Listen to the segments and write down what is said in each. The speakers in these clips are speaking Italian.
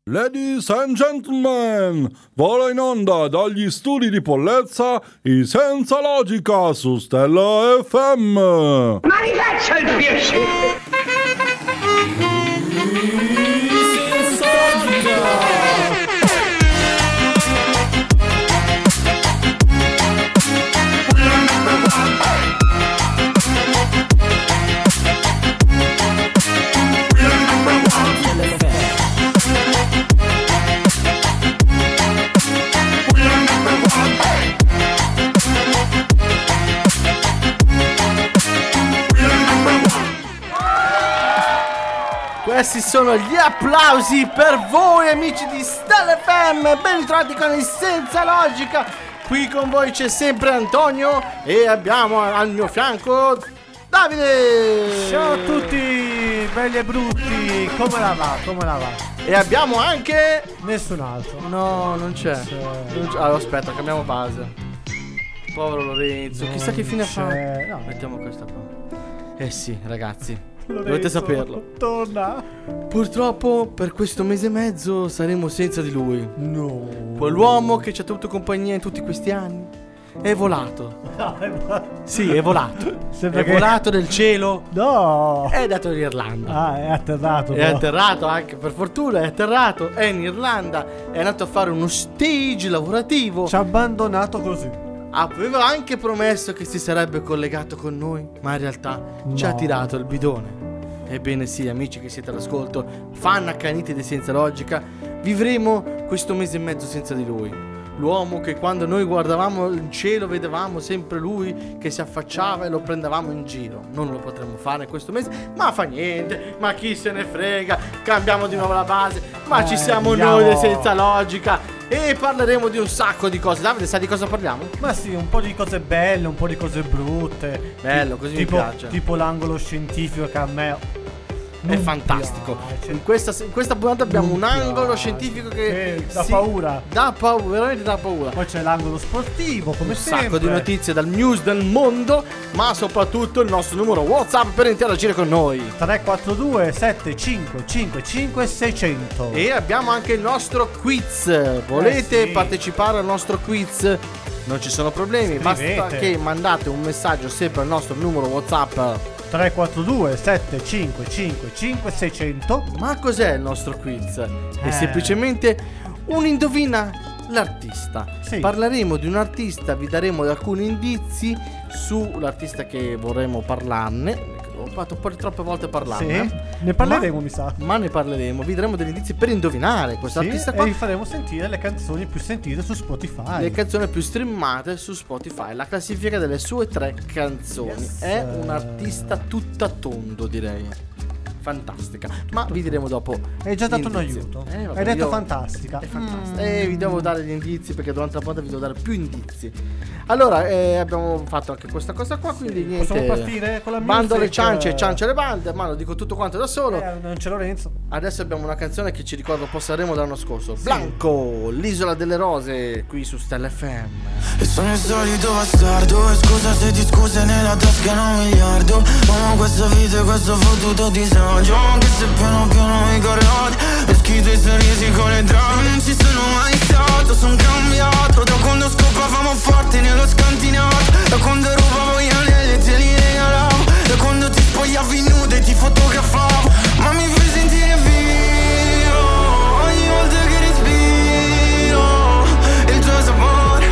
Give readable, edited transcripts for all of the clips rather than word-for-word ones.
Ladies and gentlemen, vola in onda dagli studi di Pollezza i Senza Logica su Stella FM. Ma mi faccia il piacere! Senza Logica! Questi sono gli applausi per voi amici di Stella FM. Ben ritrovati con il Senza Logica. Qui con voi c'è sempre Antonio e abbiamo al mio fianco Davide. Ciao a tutti, belli e brutti. Come la va? Come la va? E abbiamo anche Nessun altro. No, non c'è. Allora aspetta, cambiamo base. Povero Lorenzo, chissà che fine fa. No. Mettiamo questa qua. Eh sì, ragazzi, dovete saperlo. Torna. Purtroppo per questo mese e mezzo saremo senza di lui. No. Quell'uomo che ci ha tenuto compagnia in tutti questi anni è volato. Sì, è volato. Sembra È che- volato nel cielo. No. È andato in Irlanda. Ah, è atterrato. È atterrato anche, per fortuna è atterrato. È in Irlanda. È andato a fare uno stage lavorativo. Ci ha abbandonato così. Aveva anche promesso che si sarebbe collegato con noi, ma in realtà ci ha No. tirato il bidone. Ebbene sì, amici che siete all'ascolto, fan accaniti di Senza Logica, vivremo questo mese e mezzo senza di lui. L'uomo che quando noi guardavamo il cielo vedevamo sempre lui che si affacciava e lo prendevamo in giro. Non lo potremo fare questo mese, ma fa niente, ma chi se ne frega, cambiamo di nuovo la base, ma ci siamo andiamo. noi di Senza Logica. E parleremo di un sacco di cose. Davide, sai di cosa parliamo? Ma sì, un po' di cose belle, un po' di cose brutte. Bello, così tipo, mi piace. Tipo l'angolo scientifico che a me È non fantastico. piace. In questa puntata abbiamo Non un angolo piace. scientifico che Dà paura. Dà paura, veramente dà paura. Poi c'è l'angolo sportivo, come Un sempre. sacco di notizie dal news del mondo, ma soprattutto il nostro numero WhatsApp per interagire con noi. 342 7555 600. E abbiamo anche il nostro quiz. Volete sì. partecipare al nostro quiz? Non ci sono problemi, basta Scrivete. che mandate un messaggio sempre al nostro numero WhatsApp. 342 7555 600. Ma cos'è il nostro quiz? È Eh. semplicemente un indovina l'artista. Sì. Parleremo di un artista, vi daremo alcuni indizi sull'artista che vorremmo parlarne. Ho fatto un po' di troppe volte parlarne. Sì, ne parleremo, mi sa. Ma ne parleremo, vi daremo degli indizi per indovinare questo Sì, artista e qua. vi faremo sentire le canzoni più sentite su Spotify. Le canzoni più streamate su Spotify, la classifica delle sue 3 canzoni. Yes. È un artista tutta tondo, direi. Fantastica. Ma vi diremo dopo. Hai già dato gli un indizi. aiuto. Vabbè, Hai detto io- fantastica. È fantastica. Vi devo dare gli indizi perché durante la puntata vi devo dare più indizi. Allora, abbiamo fatto anche questa cosa qua, quindi niente. Possiamo partire con la Bando alle music? ciance, ciance alle bande, ma lo dico tutto quanto da solo. Non c'è Lorenzo. Adesso abbiamo una canzone che ci ricorda un po' Sanremo dell'anno scorso. Blanco, l'isola delle rose, qui su Stella FM. E sono il solito bastardo. E scusa se ti scuse nella tasca non miliardo. Amo questa vita e questo fottuto disagio. Anche se piano piano mi corrodi. E schito i sorrisi con le drame. Non ci sono mai stato, son cambiato. Da quando scopavamo forte nello scantinato. Da quando rubavo gli anelli e te li regalavo. Da quando ti spogliavi nude e ti fotografavo. Ma mi fai sentire vivo ogni volta che respiro. Il tuo sapore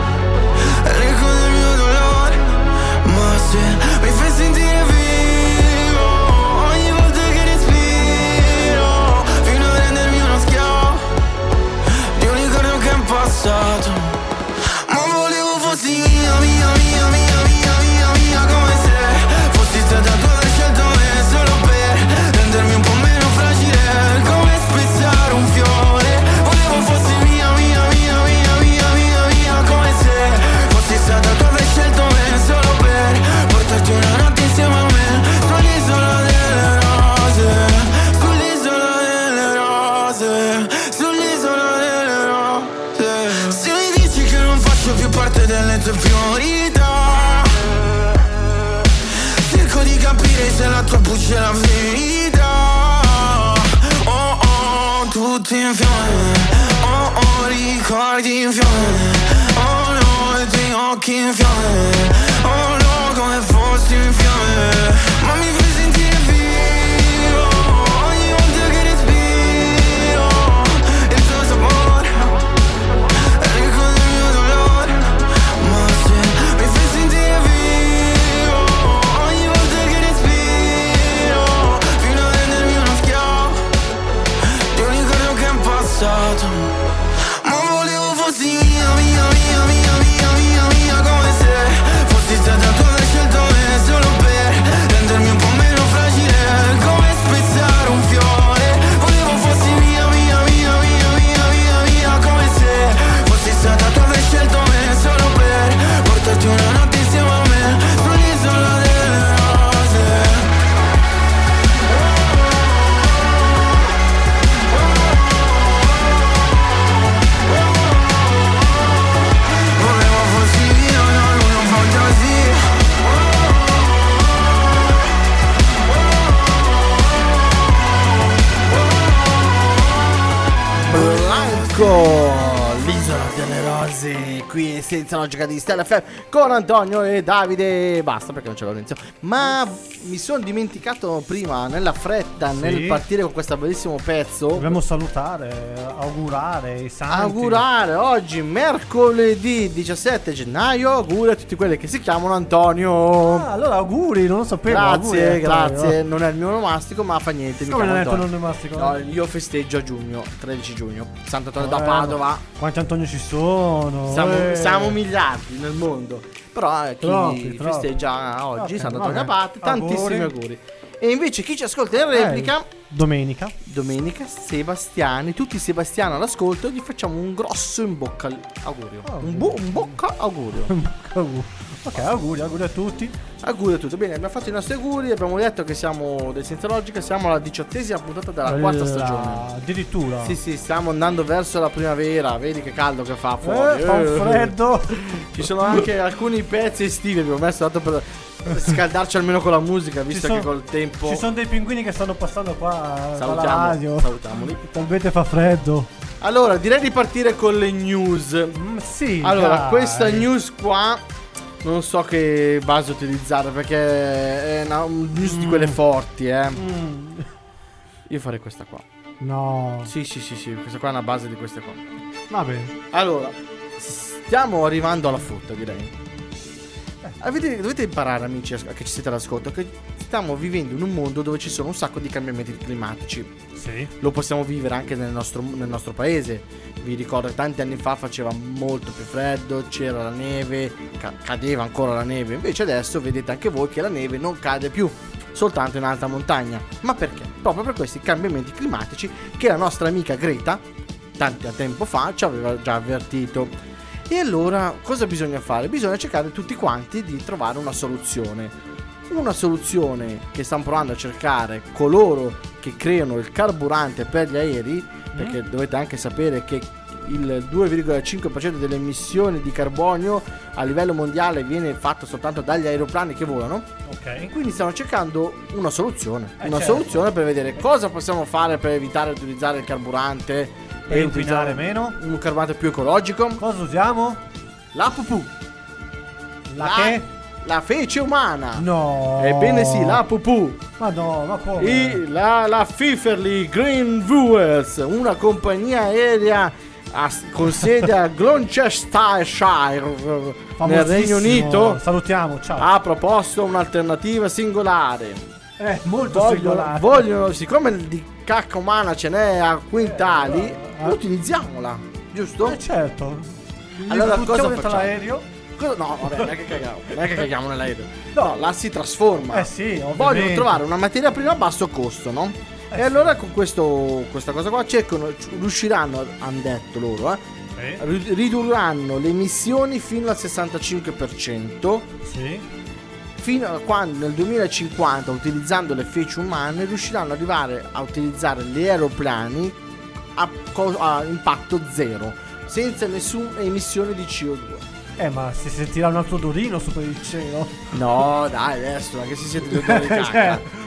l'eco del mio dolore. Ma se mi fai sentire vivo ogni volta che respiro, fino a rendermi uno schiavo di un ricordo che è passato. Ma volevo fossi mia, mia, mia, mia, mia, mia, mia, come se fossi stata tu aver scelto me solo per rendermi un po' meno fragile, come spezzare un fiore. Volevo fossi mia, mia, mia, mia, mia, mia, mia, come se fossi stata tu aver scelto me solo per portarti una notte insieme a me sull'isola delle rose, sull'isola delle rose, sull'isola delle rose. Se mi dici che non faccio più parte delle tue priorità, cerco di capire se la tua buccia è la verità. Oh oh, tutti in fiamme guardi in fiamme, oh no, i tuoi occhi in fiamme, oh no, come fossi in fiamme, ma mi fai sentire vivo, ogni volta che respiro, il tuo sapore, ricordo il mio dolore, ma se mi fai sentire vivo, ogni volta che respiro, fino a rendermi uno schiavo di un ricordo che è passato. Ma volevo fossi mia, mia, mia, mia, mia, mia, mia, come se fossi stata tu aver scelto me solo per rendermi un po' meno fragile, come spezzare un fiore. Volevo fossi mia, mia, mia, mia, mia, mia, mia, come se fossi stata tu aver scelto me solo per portarti una notte insieme a me sull'isola delle rose. Volevo fossi mia, una luna fantasia. Blanco, l'isola delle rose, qui senza logica di Stella FM con Antonio e Davide. Basta perché non ce l'ho all'inizio. Ma mi sono dimenticato prima, nella fretta, nel partire con questo bellissimo pezzo. Dobbiamo salutare, augurare i santi. Augurare oggi mercoledì 17 gennaio. Auguri a tutti quelli che si chiamano Antonio. Ah, allora auguri, non lo sapevo. Grazie, auguri, grazie. no? Non è il mio onomastico, ma fa niente. Come non è il tuo Antonio. onomastico? No, io festeggio a giugno, 13 giugno, Sant'Antonio da Padova. Quanti Antonio ci sono? Siamo miliardi nel mondo. Però chi Troppi. festeggia oggi Ok, Sant'Antonio da vabbè. Padova, tantissimi auguri. E invece chi ci ascolta in replica, Domenica. Sebastiani, tutti i Sebastiani all'ascolto, gli facciamo un grosso in bocca augurio. Un bocca augurio. Ok, auguri a tutti. Auguri a tutti. Bene, abbiamo fatto i nostri auguri. Abbiamo detto che siamo del Senza Logica. Siamo alla 18ª puntata della quarta stagione. Addirittura. Sì, stiamo andando verso la primavera. Vedi che caldo che fa fuori. Fa un freddo. Ci sono anche alcuni pezzi estivi. Abbiamo messo dato per scaldarci almeno con la musica, visto che col tempo. Ci sono dei pinguini che stanno passando qua. Salutiamoli. Talmente fa freddo. Allora, direi di partire con le news. Sì. Allora, dai. questa news qua non so che base utilizzare, perché è una news di quelle forti, Io farei questa qua. No. Sì, questa qua è una base di queste qua. Va bene. Allora, stiamo arrivando alla frutta, direi. Dovete imparare, amici che ci siete all'ascolto, che stiamo vivendo in un mondo dove ci sono un sacco di cambiamenti climatici. Sì. Lo possiamo vivere anche nel nostro paese. Vi ricordo che tanti anni fa faceva molto più freddo, c'era la neve, cadeva ancora la neve. Invece adesso vedete anche voi che la neve non cade più, soltanto in alta montagna. Ma perché? Proprio per questi cambiamenti climatici che la nostra amica Greta, tanto tempo fa, ci aveva già avvertito. E allora cosa bisogna fare? Bisogna cercare tutti quanti di trovare una soluzione. Una soluzione che stanno provando a cercare coloro che creano il carburante per gli aerei, perché dovete anche sapere che il 2,5% delle emissioni di carbonio a livello mondiale viene fatto soltanto dagli aeroplani che volano. Ok. Quindi stiamo cercando una soluzione. Certo. Soluzione per vedere cosa possiamo fare per evitare di utilizzare il carburante Per e inquinare utilizzare meno. un carburante più ecologico. Cosa usiamo? La pupù. La fece umana. No. Ebbene sì, la pupù. Ma no, ma come? La Fiferly Green Viewers, una compagnia aerea con sede a Gloucestershire nel Regno Unito, Salutiamo, ciao. ha proposto un'alternativa singolare. Molto singolare. Vogliono, siccome di cacca umana ce n'è a quintali, utilizziamola, giusto? Certo. Allora Li cosa buttiamo dentro facciamo? l'aereo? No, vabbè, non è che caghiamo nell'aereo. No, la si trasforma. Sì, ovviamente. Vogliono trovare una materia prima a basso costo, no? E allora con questa cosa qua riusciranno, hanno detto loro, ridurranno le emissioni fino al 65%. Sì. Fino a quando nel 2050, utilizzando le feci umane, riusciranno ad arrivare a utilizzare gli aeroplani a impatto zero, senza nessuna emissione di CO2. Ma si sentirà un altro odorino su per il cielo. No, dai, adesso, ma che si sente l'odore di cacca.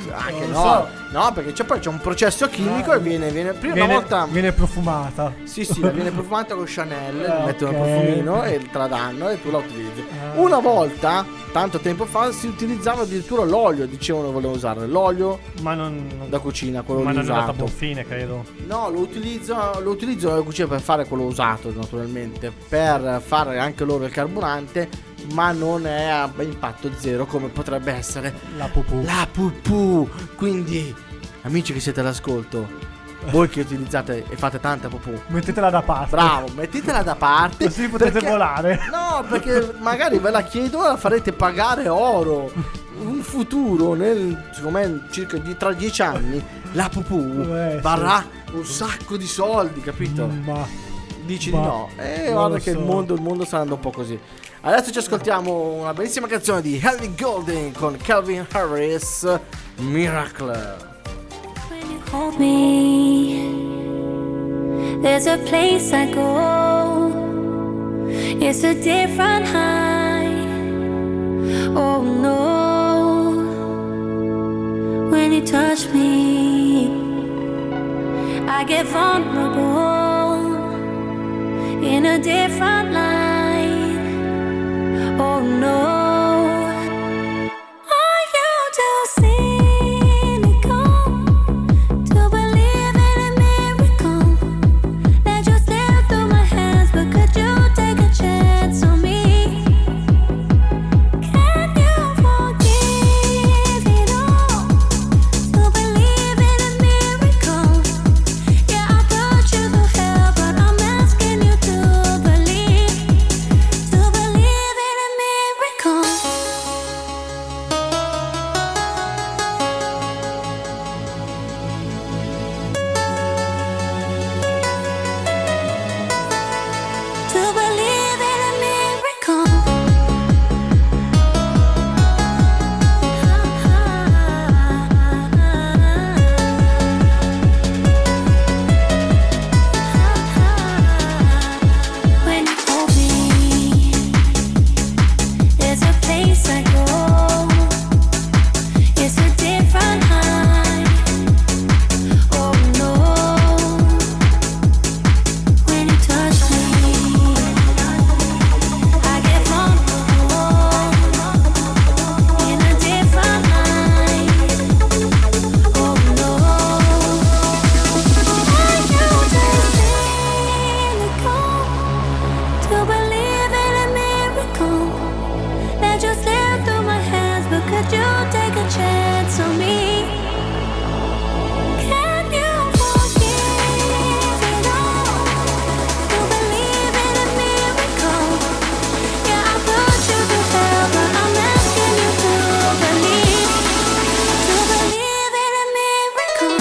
Anche Non no. so. No, perché c'è un processo chimico e viene prima una volta. Viene profumata. Sì, viene profumata con Chanel, mettono il ok. profumino e te la danno e tu la utilizzi. Una volta, tanto tempo fa, si utilizzava addirittura l'olio, dicevano volevano usare l'olio Ma non da cucina, quello ma lì non è andata a usato. buon fine, credo. No, lo utilizzo nella cucina per fare quello usato, naturalmente, per fare anche loro il carburante, ma non è a impatto zero come potrebbe essere La pupù. la pupù. Quindi, amici che siete all'ascolto, voi che utilizzate e fate tanta pupù, Mettetela da parte. bravo, mettitela da parte. Così potete perché- volare. No, perché magari ve la chiedo e la farete pagare oro. Un futuro, secondo me, circa tra 10 anni, la pupù Sì. varrà un sacco di soldi, capito? Ma Dici di ma no. non Guarda lo che so. il mondo sta andando un po' così. Adesso ci ascoltiamo una bellissima canzone di Ellie Goulding con Calvin Harris, Miracle. When you hold me, there's a place I go. It's a different high. Oh no. When you touch me, I get vulnerable in a different light. Oh no. Are you too cynical to believe in a miracle that just slipped through my hands? But could you take a chance on me? Can you forgive it all to believe in a miracle? Yeah, I'll put you through hell, but I'm asking you to believe in a miracle. To believe in a miracle. When you hold me, there's a place I go. It's a different high. Oh no. When you touch me, I get vulnerable in a different light. Oh no. Are you just cynical to believe in a miracle that just slipped through my hands? But could you take a chance on me? Can you forgive it all to believe in a miracle? Yeah, I'll put you through hell, but I'm asking you to believe in a miracle.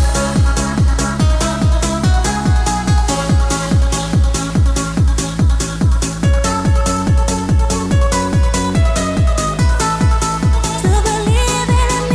To believe in a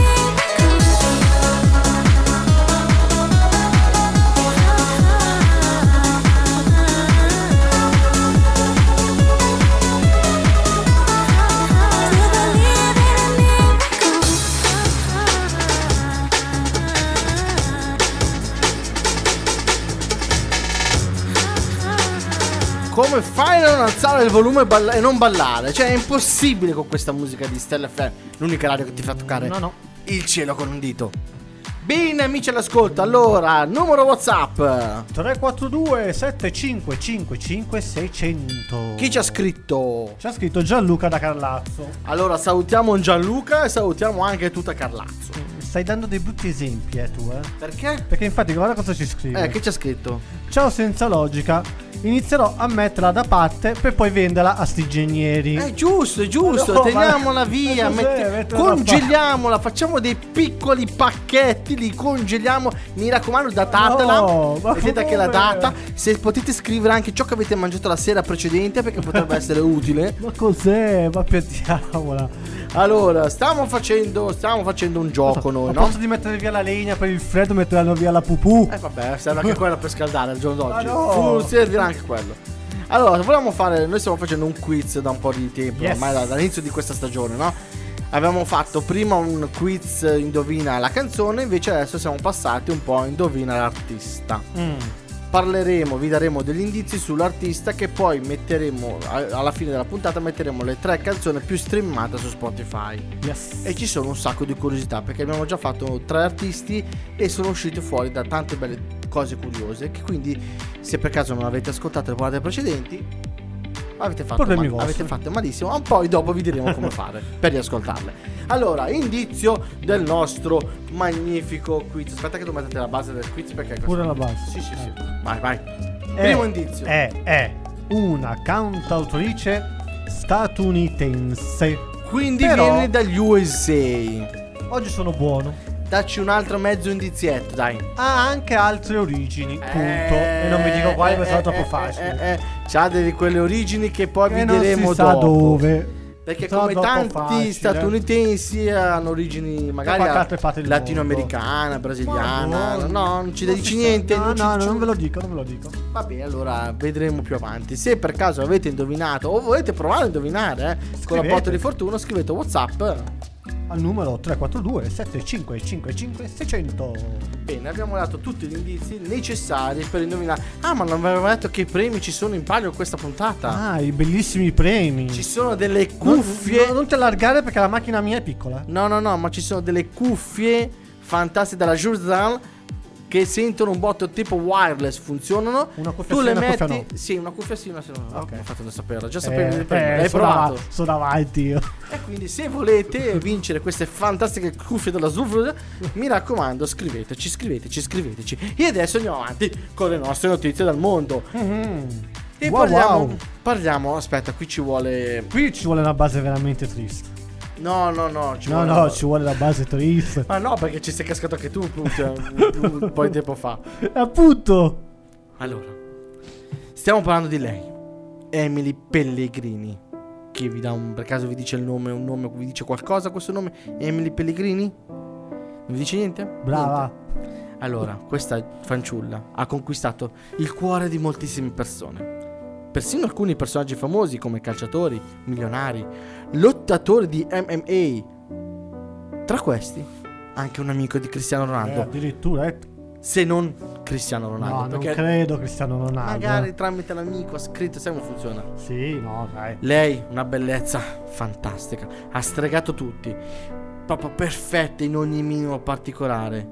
Come fai a non alzare il volume e non ballare? Cioè, è impossibile con questa musica di Stella FM. L'unica radio che ti fa toccare No. il cielo con un dito. Bene, amici all'ascolto. Allora, numero WhatsApp. 342 7555 600. Chi ci ha scritto? C'ha scritto Gianluca da Carlazzo. Allora, salutiamo Gianluca e salutiamo anche tutta Carlazzo. Stai dando dei brutti esempi, tu, Perché? Perché infatti guarda cosa ci scrive. Che ci ha scritto? Ciao senza logica. Inizierò a metterla da parte per poi venderla a sti ingegneri. È giusto, No, teniamola ma- via, ma cos'è? Metterla congeliamola, facciamo dei piccoli pacchetti, li congeliamo, mi raccomando datatela, No, ma vedete che la come? data, se potete scrivere anche ciò che avete mangiato la sera precedente perché potrebbe essere utile. Ma cos'è? Ma perdiamola. Allora, stiamo facendo un gioco noi, A no? posto di mettere via la legna per il freddo, metteranno via la pupù. Vabbè, serve anche quella per scaldare il giorno d'oggi. Ma no. Servirà anche quello. Allora, volevamo fare, noi stiamo facendo un quiz da un po' di tempo, Yes. ormai dall'inizio di questa stagione, no? Avevamo fatto prima un quiz indovina la canzone, invece adesso siamo passati un po' a indovina l'artista. Parleremo, vi daremo degli indizi sull'artista che poi metteremo alla fine della puntata, metteremo le 3 canzoni più streamate su Spotify. Yes. E ci sono un sacco di curiosità perché abbiamo già fatto 3 artisti e sono usciti fuori da tante belle cose curiose, che quindi se per caso non avete ascoltato le puntate precedenti avete fatto malissimo, ma poi dopo vi diremo come fare per riascoltarle. Allora, indizio del nostro magnifico quiz. Aspetta che tu mettete la base del quiz perché Pure la base. Sì. Vai. Primo indizio. È una cantautrice statunitense. Quindi Però viene dagli USA. oggi sono buono. Dacci un altro mezzo indizietto, dai. Ha anche altre origini, punto. E non vi dico quali perché sarà troppo facile. C'ha di quelle origini che poi vi E non diremo si sa dopo. dove. Perché Sarà come troppo tanti facile. statunitensi hanno origini magari qualche altra parte del latinoamericana, brasiliana. Ma No, non ci non dici si sa. niente. No, non ci no, dici- non ve lo dico, non ve lo dico. Va bene, allora vedremo più avanti. Se per caso avete indovinato o volete provare a indovinare, con Scrivete. la botta di fortuna, scrivete WhatsApp. Al numero 342 7555 600. Bene, abbiamo dato tutti gli indizi necessari per indovinare. Ah, ma non avevamo detto che premi ci sono in palio questa puntata. Ah, i bellissimi premi. Ci sono delle cuffie. Non te allargare perché la macchina mia è piccola. No, ma ci sono delle cuffie fantastiche dalla Jurdal che sentono un botto tipo wireless, funzionano. Una cuffia tu sì, le una cuffia metti. no. Sì, una cuffia sì, una sì. No. Ok. Ho fatto da saperlo. Già sapevi di prima. L'hai sono provato. sono davanti io. E quindi se volete vincere queste fantastiche cuffie della Zufru, mi raccomando, scriveteci. E adesso andiamo avanti con le nostre notizie dal mondo. E Wow. parliamo, aspetta, qui ci vuole. Qui ci vuole una base veramente triste. No, ci vuole. No, ci vuole la base triste. Ma no, perché ci sei cascato anche tu un po' di tempo fa. Appunto. Allora, stiamo parlando di lei, Emily Pellegrini. Chi vi dà per caso vi dice il nome, un nome, vi dice qualcosa questo nome? Emily Pellegrini? Non vi dice niente? Brava. Niente. Allora, questa fanciulla ha conquistato il cuore di moltissime persone. Persino alcuni personaggi famosi come calciatori, milionari, lottatori di MMA. Tra questi, anche un amico di Cristiano Ronaldo. Addirittura, Se non Cristiano Ronaldo. No, non perché credo Cristiano Ronaldo. magari tramite l'amico ha scritto, sai come funziona? Sì, no, dai. Lei, una bellezza fantastica, ha stregato tutti, proprio perfetta in ogni minimo particolare.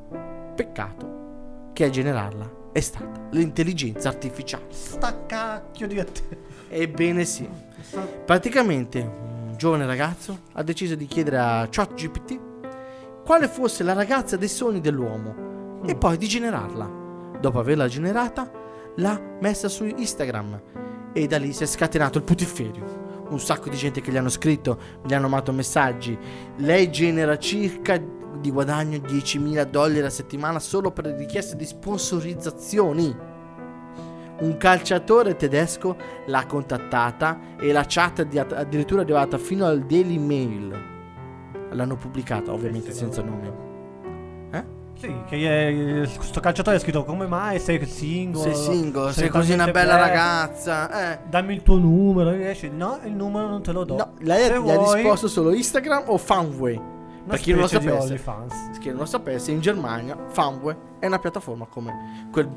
Peccato che a generarla è stata l'intelligenza artificiale. Sta cacchio di te. Ebbene sì. Praticamente un giovane ragazzo ha deciso di chiedere a ChatGPT quale fosse la ragazza dei sogni dell'uomo e poi di generarla. Dopo averla generata, l'ha messa su Instagram e da lì si è scatenato il putiferio. Un sacco di gente che gli hanno scritto, gli hanno mandato messaggi. Lei genera circa di guadagno $10.000 a settimana solo per richieste di sponsorizzazioni. Un calciatore tedesco l'ha contattata e la chat addirittura è arrivata fino al Daily Mail. L'hanno pubblicata ovviamente senza nome. Sì, che questo calciatore ha scritto come mai sei single? Sei così una bella ragazza. Dammi il tuo numero. E dice no, il numero non te lo do. No, lei Se gli ha vuoi, risposto solo Instagram o Fanway. Per chi non lo specie di sapesse, OnlyFans. chi non lo sapesse, in Germania Fanway è una piattaforma come quel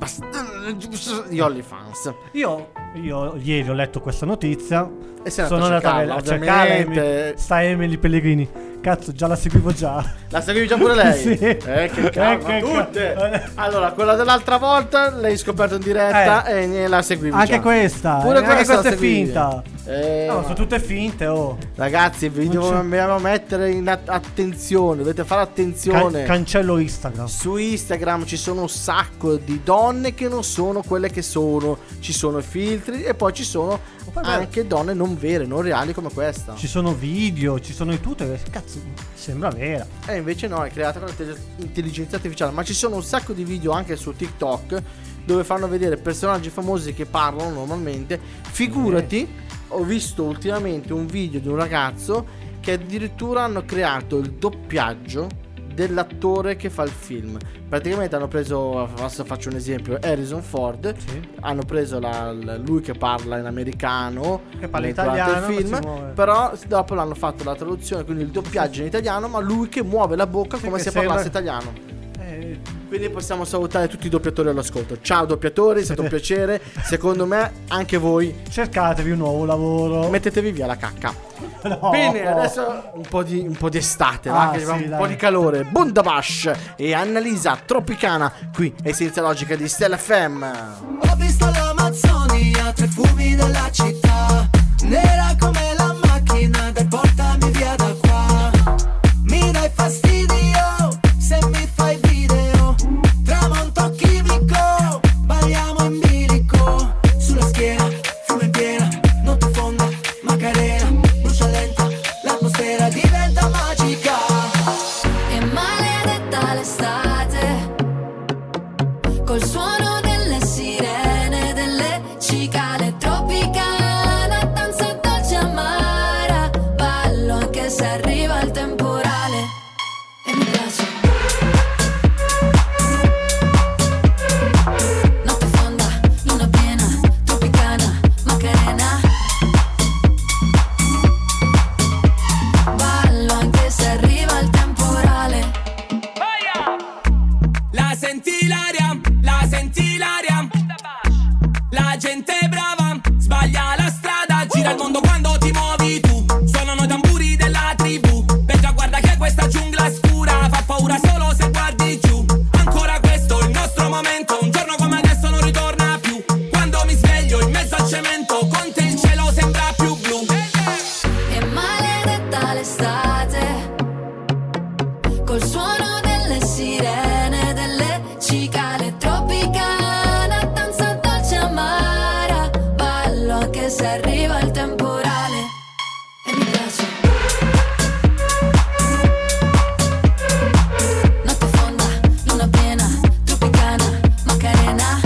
di OnlyFans. Io ieri ho letto questa notizia. E sei sono andato andato a cercare sta Emily Pellegrini. Cazzo, già la seguivo già. La seguivi già pure lei? Sì. Che calma, tutte. Allora, quella dell'altra volta l'hai scoperta in diretta e la seguivi Anche già. questa. Pure anche questa questa la è seguivi. finta. No, Ma- sono tutte finte, oh. Ragazzi, vi dobbiamo mettere in attenzione. Dovete fare attenzione. Cancello Instagram. Su Instagram ci sono un sacco di donne che non sono quelle che sono. Ci sono i filtri e poi ci sono anche donne non vere, non reali come questa. Ci sono video, ci sono i tutor. Cazzo, sembra vera. E invece no, è creata con l'intelligenza artificiale. Ma ci sono un sacco di video anche su TikTok dove fanno vedere personaggi famosi che parlano normalmente. Figurati, ho visto ultimamente un video di un ragazzo che addirittura hanno creato il doppiaggio dell'attore che fa il film. Praticamente hanno preso, adesso faccio un esempio, Harrison Ford, Sì. hanno preso lui che parla in americano, Che parla durante italiano, il si film, muove. però dopo l'hanno fatto la traduzione, quindi il doppiaggio in italiano, ma lui che muove la bocca Sì, come che se sembra- parlasse italiano. Eh, Quindi possiamo salutare tutti i doppiatori all'ascolto. Ciao doppiatori, è stato un piacere. Secondo me anche voi cercatevi un nuovo lavoro. mettetevi via la cacca. No. Bene, adesso un po' di estate, Ah, va? Che sì, va un dai. po' di calore. Bundabash e Annalisa Tropicana qui è Senza Logica di Stella FM. Ho visto l'Amazzonia, 3 fumi della città, nera come la macchina del portami via da qua. Mi dai fastidio se mi fai video, tramonto chimico, balliamo in bilico, sulla schiena, fumo in piena, notte fonda, Macarena, brucia lenta, l'atmosfera diventa magica. E maledetta l'estate, col suono delle sirene, delle cicale tropicana, danza dolce amara, ballo anche se arriva il temporale. E mi piace. Notte fonda, luna piena, tropicana, Macarena. Ballo anche se arriva il temporale. La senti l'aria, la gente è brava, sbaglia la strada, gira il mondo quando ti muovi tu, suonano i tamburi della tribù, Petra guarda che questa giungla scura, fa paura solo se guardi giù, ancora questo è il nostro momento, un giorno come adesso non ritorna più, quando mi sveglio in mezzo al cemento, con te il cielo sembra più blu. E maledetta l'estate, col suono delle sirene, delle cicale tropicana, danza dolce amara, ballo anche se arriva il temporale. E mi piace. Notte fonda, luna piena, tropicana, Macarena.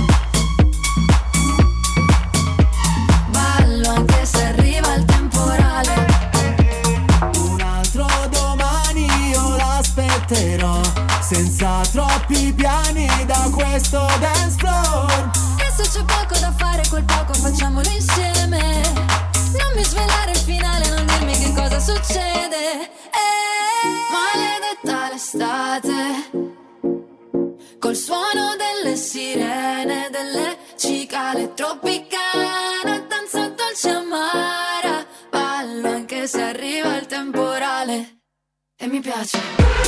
Ballo anche se arriva il temporale. Un altro domani io l'aspetterò, senza troppi piani da questo dance floor. E se c'è poco da fare, quel poco facciamolo insieme. Non mi svelare il finale, non dirmi che cosa succede. Maledetta l'estate, col suono delle sirene, delle cicale tropicana, danza dolce amara, ballo anche se arriva il temporale. E mi piace.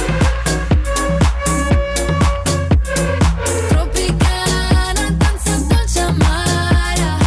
Tropicana, danza dolce amara.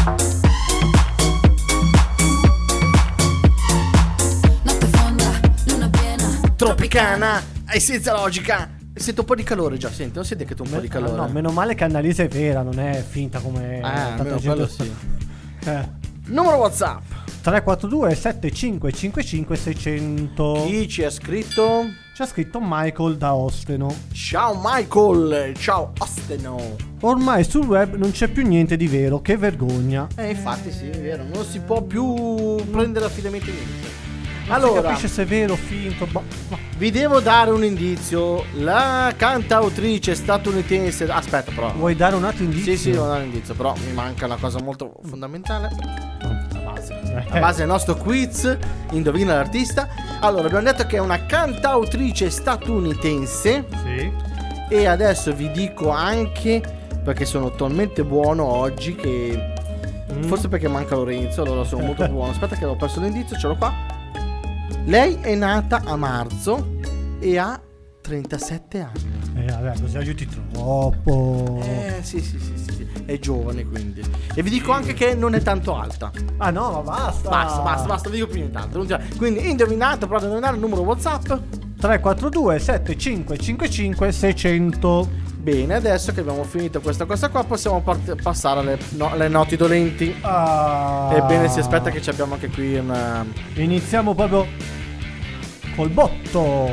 Notte fonda, luna piena. Tropicana e Senza Logica. Sento un po' di calore già, senti, non siete che tu un po' di calore? No, meno male che Annalisa è vera, non è finta come tanta almeno gente. quello sì. Eh. Numero WhatsApp. 342 7555 600. Chi ci ha scritto? C'è scritto Michael da Osteno. Ciao Michael, ciao Osteno. Ormai sul web non c'è più niente di vero, che vergogna. Infatti sì, è vero, non si può più prendere affidamento in niente. Non si Allora, capisce se è vero o finto. vi devo dare un indizio. La cantautrice statunitense. Aspetta, però. Vuoi dare un altro indizio? Sì, devo dare un indizio, però mi manca una cosa molto fondamentale. La base del nostro quiz. Indovina l'artista. Allora, abbiamo detto che è una cantautrice statunitense. Sì. E adesso vi dico anche, perché sono talmente buono oggi che forse perché manca Lorenzo, allora sono molto buono. Aspetta che ho perso l'indizio, ce l'ho qua. Lei è nata a marzo e ha 37 anni. Vabbè, così aiuti troppo. Sì. È giovane quindi. E vi dico anche che non è tanto alta. Ah no, ma basta. Basta, vi dico più nient'altro. Quindi indovinato, provate a indovinare il numero WhatsApp. 342 7555 600. Bene, adesso che abbiamo finito questa cosa qua possiamo passare alle noti dolenti. Ebbene, si aspetta che ci abbiamo anche qui una... Iniziamo proprio col botto.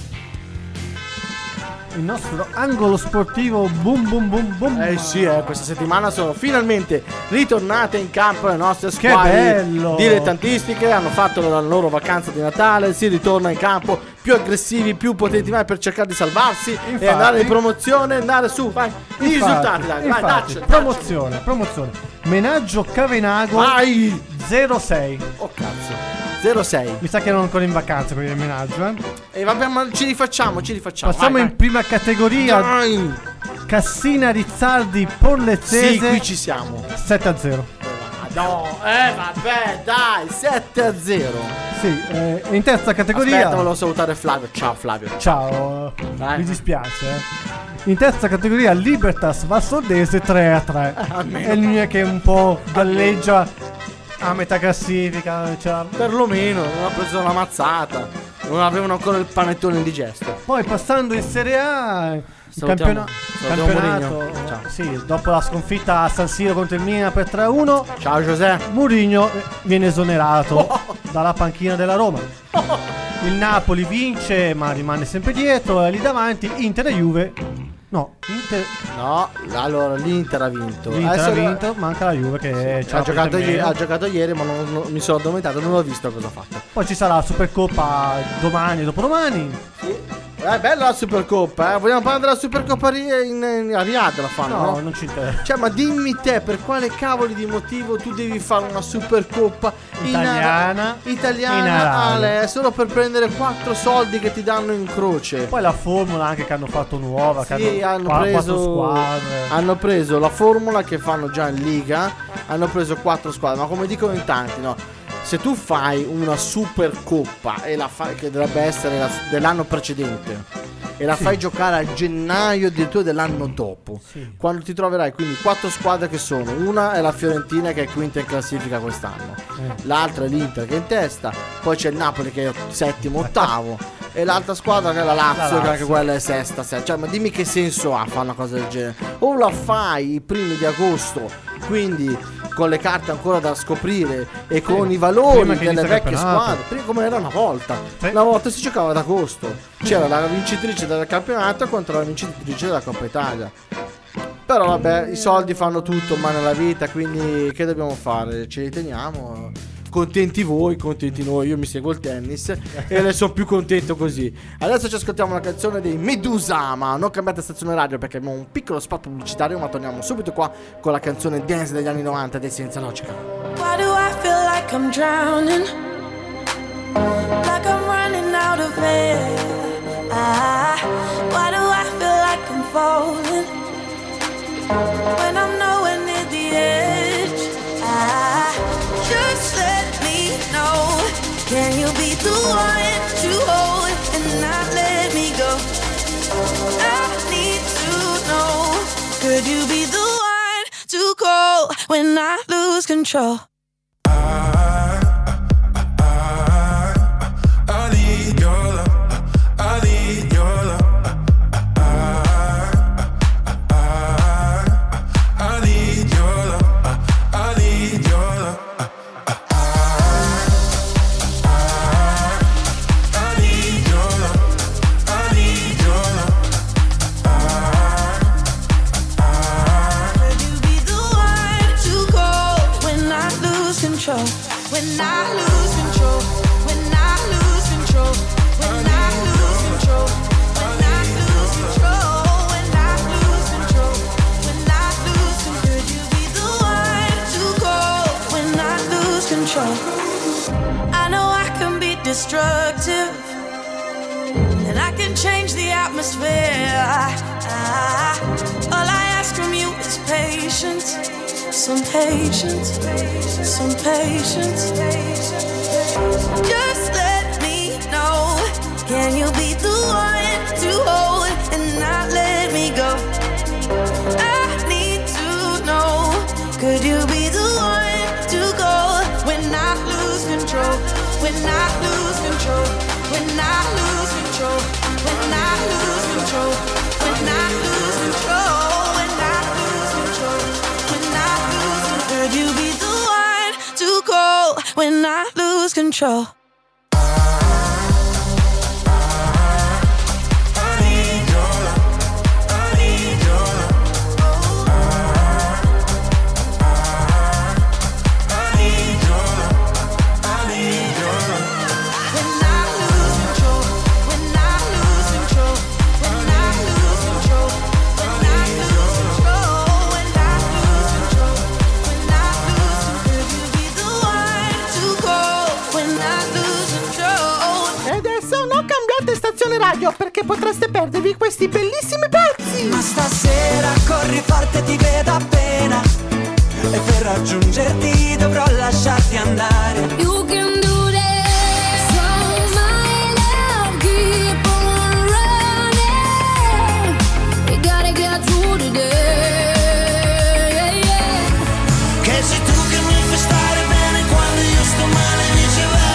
Il nostro angolo sportivo boom boom boom boom. Sì, questa settimana sono finalmente ritornate in campo le nostre squadre bello! dilettantistiche. Hanno fatto la loro vacanza di Natale, si ritorna in campo più aggressivi, più potenti mai per cercare di salvarsi e Infatti. andare in promozione, andare su, vai, i risultati, dai, vai, infatti, dacci. promozione. Menaggio Cavenago Vai! 06. Oh cazzo, 06. Mi sa che erano ancora in vacanza quelli del menaggio, eh. E vabbè, ma ci rifacciamo. Passiamo in prima categoria. Dai. Cassina Rizzardi Sì, Pollezzese qui ci siamo. 7-0. No, vabbè, dai, 7-0. Sì, in terza categoria. Aspetta, volevo salutare Flavio. Ciao Flavio. Ciao, Dai. mi dispiace. In terza categoria Libertas Valsoldese 3-3. almeno. È l'unica che un po' galleggia a metà classifica. Cioè. Perlomeno non ha preso una mazzata. Non avevano ancora il panettone indigesto. Poi passando in Serie A, il Salutiamo campionato. Mourinho. Ciao. Sì, dopo la sconfitta a San Siro contro il Milan per 3-1, Ciao José. Mourinho viene esonerato dalla panchina della Roma. Il Napoli vince, ma rimane sempre dietro. E lì davanti Inter e Juve. No, No, allora l'Inter ha vinto. l'Inter Adesso ha vinto, manca la Juve che ha giocato ieri, ma non mi sono addormentato, non ho visto cosa ha fatto. Poi ci sarà la Supercoppa domani e dopodomani. È bella la Supercoppa, eh? Vogliamo parlare della Supercoppa a Riyadh la fanno, No, no? non ci interessa. Cioè, ma dimmi te, per quale cavoli di motivo tu devi fare una Supercoppa Italiana in Arabia. solo per prendere 4 soldi che ti danno in croce? Poi la formula anche che hanno fatto nuova, Sì, che hanno quattro preso squadre. hanno preso la formula che fanno già in Liga, hanno preso 4 squadre, ma come dicono in tanti, no? Se tu fai una Supercoppa e la fai, che dovrebbe essere dell'anno precedente, e la fai giocare a gennaio addirittura dell'anno dopo, quando ti troverai quindi 4 squadre che sono, una è la Fiorentina che è quinta in classifica quest'anno, l'altra è l'Inter che è in testa, poi c'è il Napoli che è settimo, ottavo, e l'altra squadra che è la Lazio, che anche quella è sesta. Cioè, ma dimmi che senso ha fare una cosa del genere? O la fai i primi di agosto, quindi con le carte ancora da scoprire e con i valori prima che delle inizia il vecchie campionato. squadre, prima come era una volta. Sì. Una volta si giocava ad agosto, c'era la vincitrice del campionato contro la vincitrice della Coppa Italia. Però vabbè, i soldi fanno tutto ma nella vita, quindi che dobbiamo fare? Ce li teniamo. Contenti voi, contenti noi. Io mi seguo il tennis e ne sono più contento così. Adesso ci ascoltiamo una canzone dei Medusa, ma non cambiate stazione radio perché abbiamo un piccolo spot pubblicitario, ma torniamo subito qua con la canzone dance degli anni 90 dei Senza Logica. Why do I feel like I'm drowning? Like I'm running out of air. Why do I feel like I'm falling? When I'm nowhere near the edge. Just let me know. Can you be the one to hold and not let me go? I need to know. Could you be the one to call when I lose control? I need your love. I need your love. I need your love. I need your love. I need your love. I need your love. Could you be the one to call when I lose control? When I lose control. When I lose control. When I lose control. When I lose control. When I lose control. When I lose control. Could you be the one to call when I lose control? I know I can be destructive, and I can change the atmosphere. All I ask from you is patience, some patience, some patience. Just let me know. Can you be the one to hold and not let me go? I need to know. Could you be the one to go when I lose control? When I lose control. When I lose control. When I lose control. When I lose control. When I lose control. When I lose control. Could you be the one to call when I lose control? When I lose control. When radio perché potreste perdervi questi bellissimi pezzi. Ma stasera corri forte, ti vedo appena, e per raggiungerti dovrò lasciarti andare. You can do that. So my love, keep on running. We gotta get through today. Che sei tu che mi fai stare bene quando io sto male e viceversa.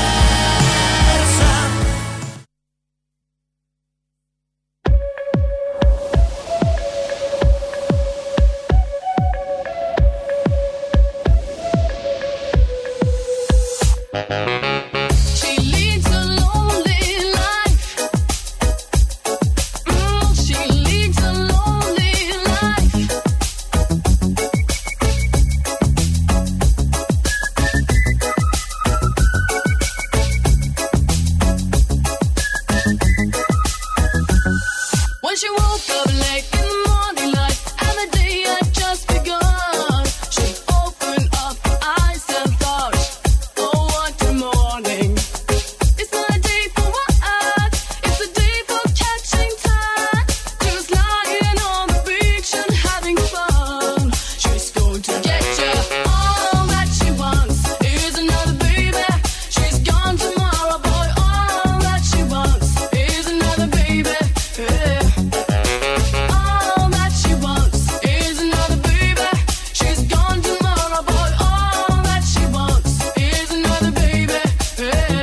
She leads a lonely life. She leads a lonely life. When she woke up late in the morning light, and the day had just begun, she opened up her eyes and thought, oh, what a morning. It's not a day for what? It's a day for catching time. Just lying on the beach and having fun. She's going to get you. All that she wants is another baby. She's gone tomorrow, boy. All that she wants is another baby. Yeah. All that she wants is another baby. She's gone tomorrow, boy. All that she wants is another baby. Yeah.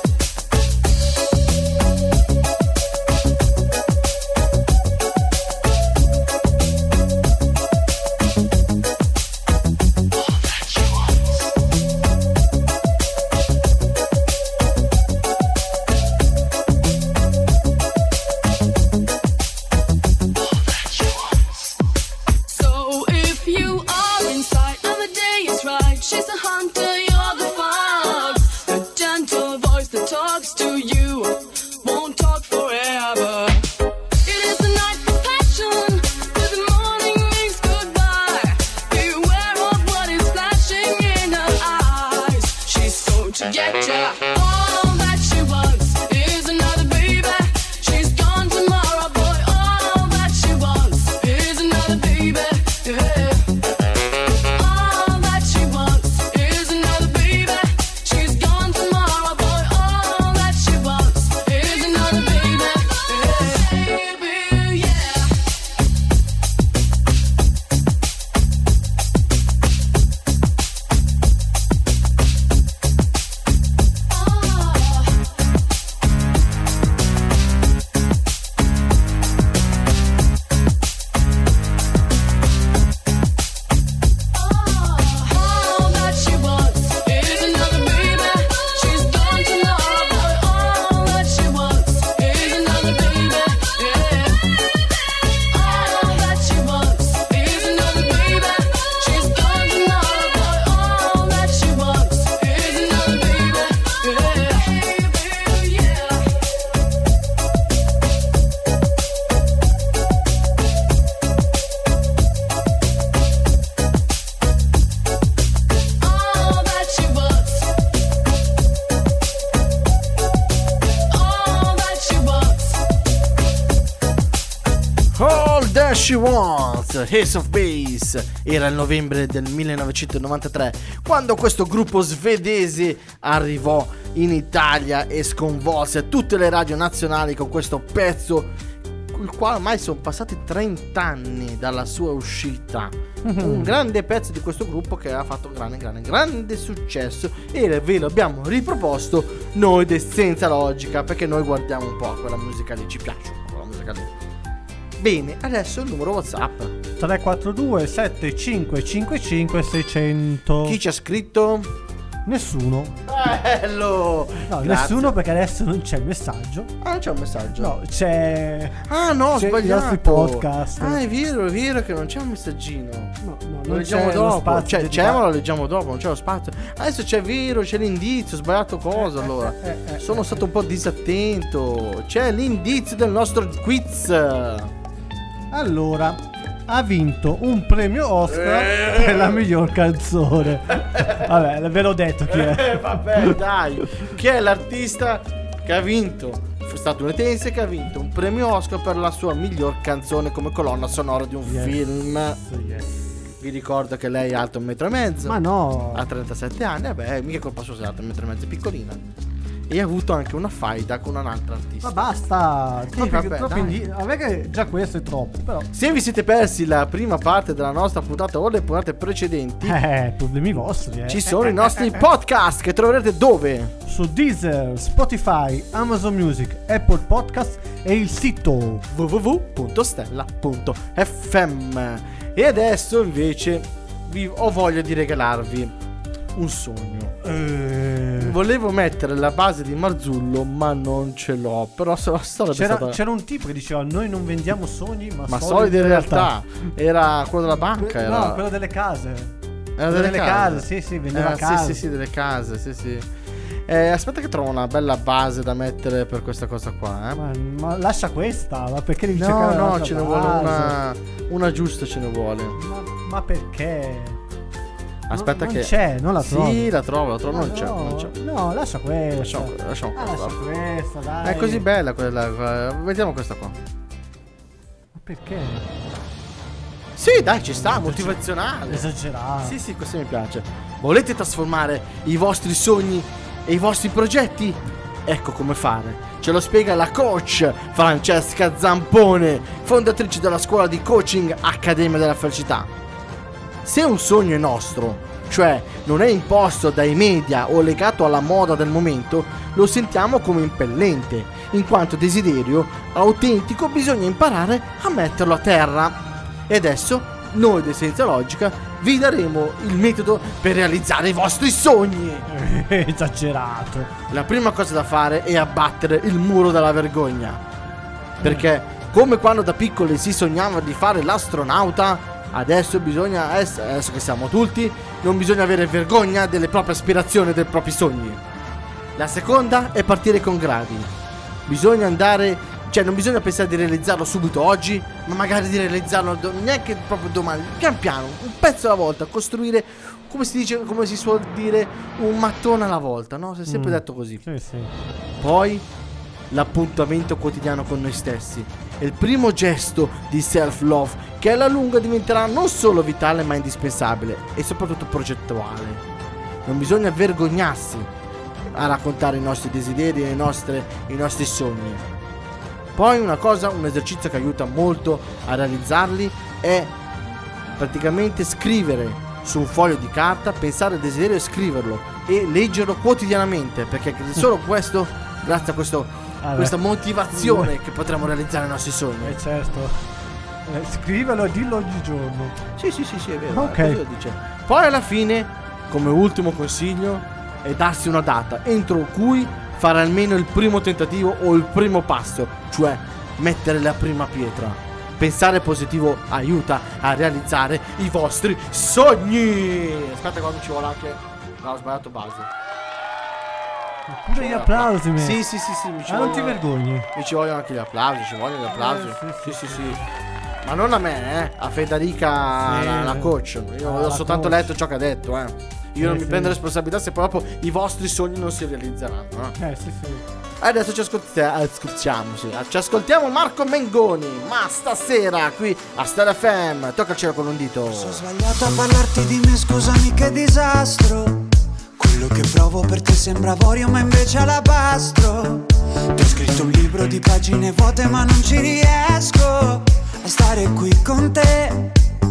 So if you are inside and the day is right, she's a hunter, you're the fox. The gentle voice that talks to you won't talk forever. It is the night for passion, till the morning means goodbye. Beware of what is flashing in her eyes. She's going to get ya. All that she wants is another baby. She's gone tomorrow, boy. All that she wants is another baby. Yeah. All that she wants is another baby. She's gone tomorrow, boy. All that she wants is another baby. Yeah. Baby, yeah. All that she wants is another baby. She's gone tomorrow, boy. All that she wants is another baby. Yeah. All that she wants is another baby. She's gone tomorrow, boy. All that she wants is another baby. Yeah. Yeah. All that she wants. All that she wants. All That She Wants, Ace of Base. Era il novembre del 1993 quando questo gruppo svedese arrivò in Italia e sconvolse tutte le radio nazionali con questo pezzo, il quale ormai sono passati 30 anni dalla sua uscita. Un grande pezzo di questo gruppo che ha fatto grande successo, e ve lo abbiamo riproposto noi Senza Logica, perché noi guardiamo un po' quella musica lì, ci piace un po' quella musica lì. Bene, adesso il numero WhatsApp. 342 7555 600. Chi ci ha scritto? Nessuno. Bello! No, Grazie. nessuno, perché adesso non c'è il messaggio. Ah, non c'è un messaggio. No, c'è. Ah, no, ho c'è sbagliato. i nostri podcast. Ah, è vero che non c'è un messaggino. No, Lo non leggiamo c'è lo dopo. spazio C'è, dedicato. ma lo leggiamo dopo, non c'è lo spazio. Adesso c'è l'indizio, ho sbagliato cosa allora. Sono stato un po' disattento. C'è l'indizio del nostro quiz. Allora, ha vinto un premio Oscar per la miglior canzone. Vabbè, ve l'ho detto chi è. Vabbè, dai. Chi è l'artista che ha vinto statunitense che ha vinto un premio Oscar per la sua miglior canzone come colonna sonora di un film. Vi ricordo che lei è alta 1,5 metri. Ma no. Ha 37 anni. Vabbè, mica colpa sua se è alta 1,5 metri, è piccolina. E ha avuto anche una faida con un'altra artista. Ma basta. vabbè, A me che già questo è troppo, però. Se vi siete persi la prima parte della nostra puntata o le puntate precedenti, Problemi vostri, ci sono i nostri podcast che troverete dove? Su Deezer, Spotify, Amazon Music, Apple Podcast e il sito www.stella.fm. E adesso invece ho voglia di regalarvi un sogno. Volevo mettere la base di Marzullo, ma non ce l'ho. Però c'era un tipo che diceva: noi non vendiamo sogni, ma soldi in realtà. Era quello della banca. No, quello delle case. Era delle case. Sì, vendeva case. Sì, delle case. Sì. Aspetta che trovo una bella base da mettere per questa cosa qua. Ma lascia questa. Ma perché devi cercare? No, ce ne vuole una giusta, ce ne vuole. Ma perché? Aspetta non che c'è, non la trovo. Sì, la trovo, non c'è. No, lascia questa. Lasciamo questa, dai. È così bella quella. Vediamo questa qua. Ma perché? Sì, dai, ci sta, motivazionale. Esagerato. Sì, questo mi piace. Volete trasformare i vostri sogni e i vostri progetti? Ecco come fare. Ce lo spiega la coach Francesca Zampone, fondatrice della scuola di coaching Accademia della Felicità. Se un sogno è nostro, cioè non è imposto dai media o legato alla moda del momento, lo sentiamo come impellente, in quanto desiderio autentico bisogna imparare a metterlo a terra. E adesso noi di Senza Logica vi daremo il metodo per realizzare i vostri sogni. Esagerato. La prima cosa da fare è abbattere il muro della vergogna, perché come quando da piccoli si sognava di fare l'astronauta, adesso bisogna essere, adesso che siamo adulti, non bisogna avere vergogna delle proprie aspirazioni e dei propri sogni. La seconda è partire con gradi. Bisogna andare, non bisogna pensare di realizzarlo subito oggi, ma magari di realizzarlo neanche proprio domani, pian piano, un pezzo alla volta, costruire, come si suol dire, un mattone alla volta, no? Si è sempre detto così. Sì. Poi l'appuntamento quotidiano con noi stessi è il primo gesto di self-love che alla lunga diventerà non solo vitale ma indispensabile e soprattutto progettuale. Non bisogna vergognarsi a raccontare i nostri desideri e i nostri sogni. Poi un esercizio che aiuta molto a realizzarli è praticamente scrivere su un foglio di carta, pensare al desiderio e scriverlo e leggerlo quotidianamente, perché solo questo, grazie a questa motivazione, che potremo realizzare i nostri sogni. Certo. Scrivelo e dillo ogni giorno. Sì, è vero. Ok. Lo dice. Poi alla fine, come ultimo consiglio, è darsi una data entro cui fare almeno il primo tentativo o il primo passo, cioè mettere la prima pietra. Pensare positivo aiuta a realizzare i vostri sogni. Aspetta, qua mi ci vuole anche. No, ho sbagliato base. Pure gli applausi, Sì, mi ci non ti vergogni. Mi ci vogliono anche gli applausi, Sì. Ma non a me, a Federica, la coach. Io ho soltanto letto ciò che ha detto, Io non mi prendo responsabilità se poi dopo i vostri sogni non si realizzeranno. Sì. Adesso ci ascoltiamo Marco Mengoni, ma stasera qui a Stella FM. Toccacelo con un dito. Sono sbagliato a parlarti di me, scusami che disastro. Quello che provo per te sembra avorio ma invece è alabastro. Ti ho scritto un libro di pagine vuote ma non ci riesco a stare qui con te.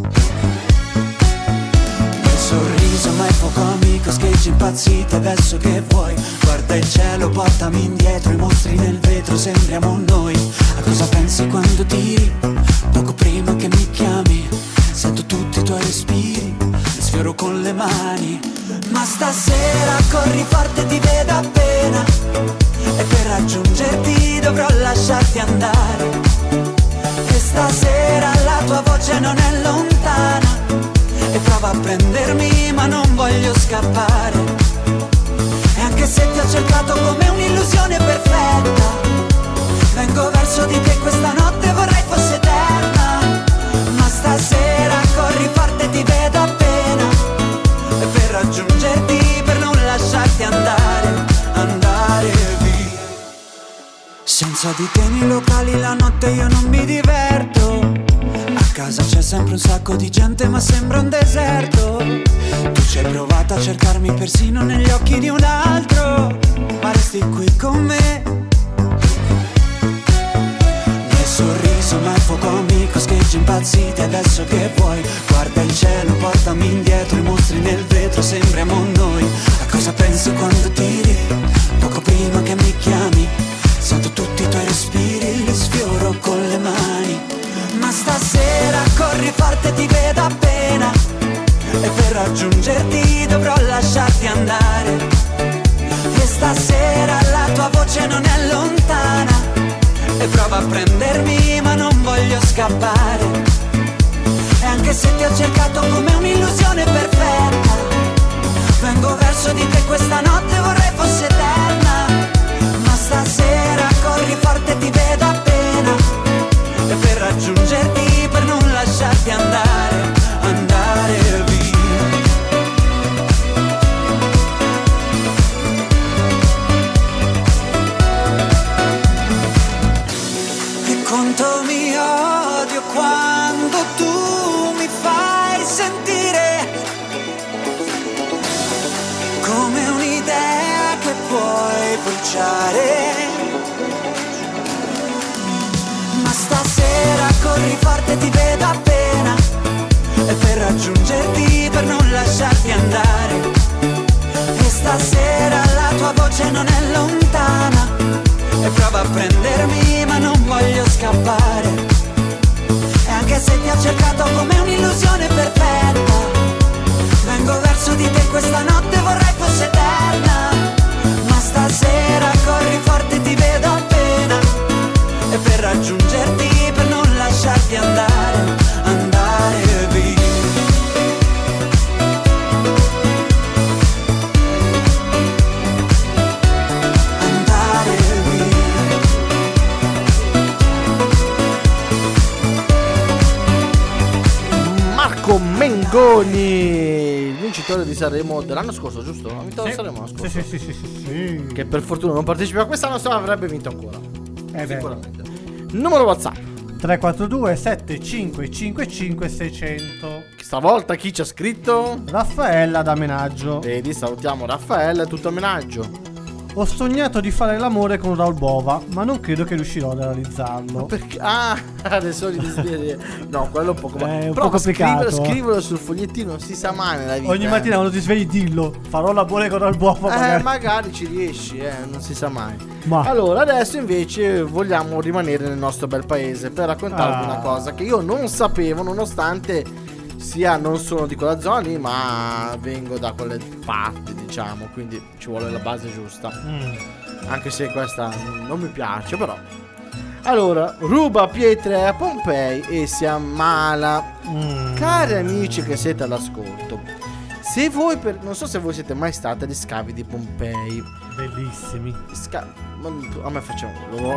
Il sorriso ma è poco amico, scheggi impazzita adesso che vuoi. Guarda il cielo, portami indietro, i mostri nel vetro sembriamo noi. A cosa pensi quando tiri? Poco prima che mi chiami, sento tutti i tuoi respiri, li sfioro con le mani. Ma stasera corri forte, ti vedo appena, e per raggiungerti dovrò lasciarti andare. E stasera la tua voce non è lontana, e prova a prendermi ma non voglio scappare. E anche se ti ho cercato come un'illusione perfetta, vengo verso di te, questa notte vorrei fosse eterna. Ma stasera corri forte, ti vedo appena, e per raggiungerti, per non lasciarti andare via. Senza di te nei locali la notte io non mi diverto. A casa c'è sempre un sacco di gente ma sembra un deserto. Tu ci hai provato a cercarmi persino negli occhi di un altro, ma resti qui con me. Nel sorriso ma il fuoco amico, scheggi impazziti adesso che vuoi. Guarda il cielo, portami indietro, i mostri nel vetro, sembriamo noi. A cosa pensi quando tiri? Poco prima che mi chiami, sento tutti i tuoi respiri, li sfioro con le mani. Ma stasera corri forte, ti vedo appena, e per raggiungerti dovrò lasciarti andare. E stasera la tua voce non è lontana, e prova a prendermi ma non voglio scappare. E anche se ti ho cercato come un'illusione perfetta, vengo verso di te questa notte, vorrei fosse eterna. Ma stasera corri forte, ti vedo appena, e per raggiungerti, per non lasciarti andare, andare via. E quanto mi odio quando tu mi fai sentire come un'idea che puoi bruciare. Ma stasera corri forte, ti vedo appena, e per raggiungerti, per non lasciarti andare. E stasera la tua voce non è lontana, e prova a prendermi ma non voglio scappare. E anche se ti ho cercato come un'illusione perfetta, vengo verso di te questa notte, vorrei fosse eterna. Ma stasera corri forte, ti vedo appena, e per raggiungerti, per non lasciarti andare, andare via. Andare via. Marco Mengoni, il vincitore di Sanremo dell'anno scorso, giusto? Ha vinto Sanremo l'anno scorso. Sì. Che per fortuna non partecipa a quest'anno, se no avrebbe vinto ancora. Beh. Sicuramente. Numero WhatsApp. 342 7555 600. Stavolta chi ci ha scritto? Raffaella da Menaggio. Vedi, salutiamo Raffaella e tutto a Menaggio. Ho sognato di fare l'amore con Raul Bova, ma non credo che riuscirò a realizzarlo. Perché? Ah, adesso no, quello è un po' È un Prova po' complicato. Scrivilo sul fogliettino, non si sa mai nella vita. Ogni mattina quando ti svegli dillo, farò l'amore con Raul Bova. Magari ci riesci, non si sa mai. Ma Allora, adesso invece vogliamo rimanere nel nostro bel paese per raccontarvi una cosa che io non sapevo, nonostante sia non sono di quella zona lì, ma vengo da quelle parti, diciamo, quindi ci vuole la base giusta. Anche se questa non mi piace, però. Allora, ruba pietre a Pompei e si ammala. Cari amici che siete all'ascolto, se voi non so se voi siete mai stati agli scavi di Pompei. bellissimi. A me facciamo no,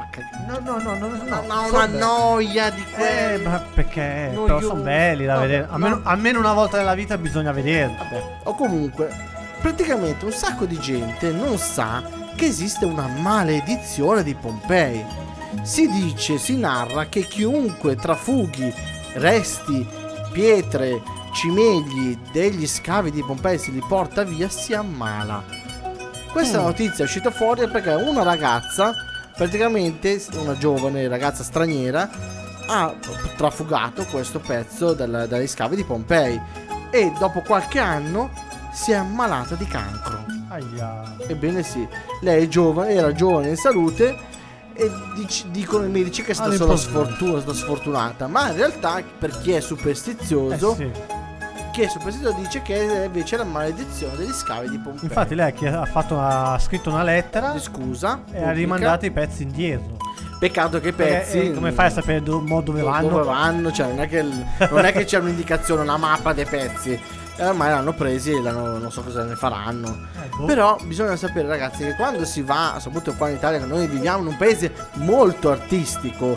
No, una noia di quelli. ma perché? Noioso. Però sono belli da vedere. Almeno una volta nella vita bisogna vederli. Vabbè. O comunque, praticamente un sacco di gente non sa che esiste una maledizione di Pompei. Si dice, si narra che chiunque trafughi resti, pietre, cimegli degli scavi di Pompei, se li porta via, si ammala. Questa notizia è uscita fuori perché una ragazza, praticamente una giovane ragazza straniera, ha trafugato questo pezzo dagli scavi di Pompei e dopo qualche anno si è ammalata di cancro. Aia. Ebbene sì, lei è giovane, era giovane in salute e dicono i medici che è stata solo sfortunata, ma in realtà per chi è superstizioso, chi è superstizioso dice che invece è la maledizione degli scavi di Pompei. Infatti lei ha scritto una lettera di scusa e ha rimandato i pezzi indietro. Peccato che i pezzi come fai a sapere dove vanno? Dove vanno? Cioè non è che c'è un'indicazione, una mappa dei pezzi. Ormai l'hanno presi e non so cosa ne faranno. Però bisogna sapere, ragazzi, che quando si va, soprattutto qua in Italia, che noi viviamo in un paese molto artistico,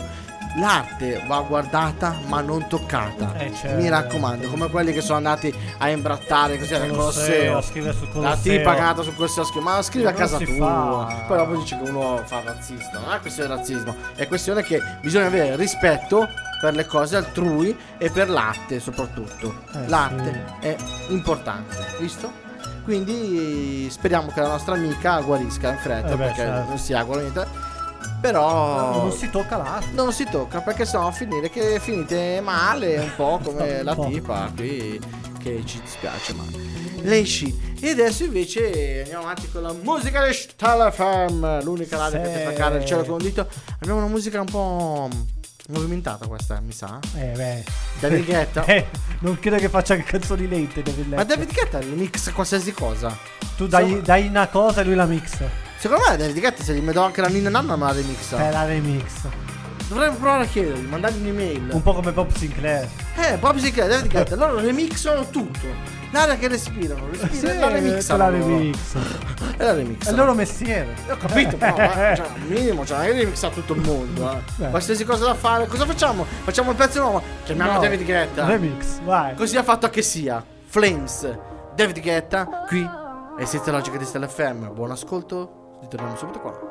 l'arte va guardata ma non toccata. Certo. Mi raccomando, come quelli che sono andati a imbrattare così nel Colosseo. A scrivere sul La Colosseo. tipa che è andata sul Colosseo a scrivere, ma scrivi a Non casa si tua. fa. Poi dopo dice che uno fa razzista. Non è questione di razzismo, è questione che bisogna avere rispetto per le cose altrui e per l'arte soprattutto. L'arte è importante, visto? Quindi speriamo che la nostra amica guarisca in fretta, perché certo. non si augura niente. Però non si tocca l'arte. non si tocca, perché sennò finite male un po' come Un la po'. tipa qui, che ci dispiace, ma lei sì. E adesso invece andiamo avanti con la musica di Stella FM, l'unica radio che ti fa cadere il cielo con un dito. Abbiamo una musica un po' movimentata questa, mi sa. David Guetta. Non credo che faccia canzoni lente David Ma Guetta. David Guetta mixa qualsiasi cosa. Tu dai una cosa e lui la mixa. Secondo me David Guetta, se gli metto anche la Ninna Nanna, me la remixa. Per la remix. Dovremmo provare a chiedergli, mandargli un'email. Un po' come Bob Sinclair. Proprio si crede, David Guetta. Loro remixano tutto. L'aria che respirano, la remixano. La loro. remix. E la remixano. È il loro mestiere. Ho capito, però cioè, al minimo, cioè, non è che remixa tutto il mondo. Qualsiasi cosa da fare, cosa facciamo? Facciamo il pezzo nuovo. Chiamiamo No, David Guetta. Remix, vai. Così ha fatto che sia. Flames, David Guetta, qui è Senza Logica di Stella FM. Buon ascolto, ritorniamo subito qua.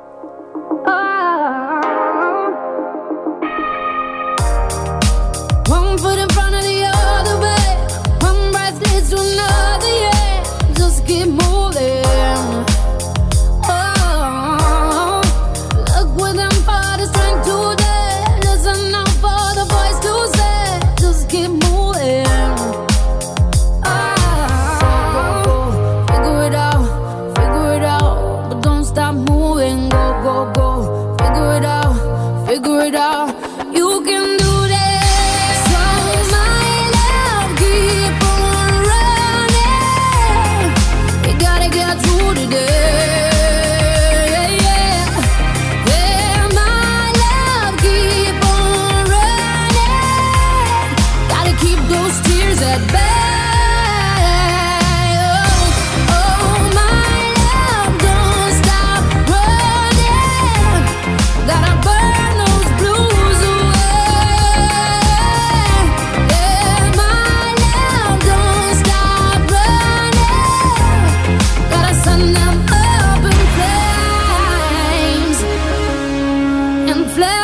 One foot in front of the other, babe. One breath leads to another, yeah. Just keep moving. Oh, look within for the strength today. Listen out for the voice to say. Just keep moving. Oh, figure it out, but don't stop moving. Go, go, go. Figure it out. You can do.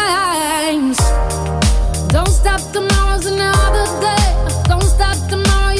Don't stop, tomorrow's another day. Don't stop, tomorrow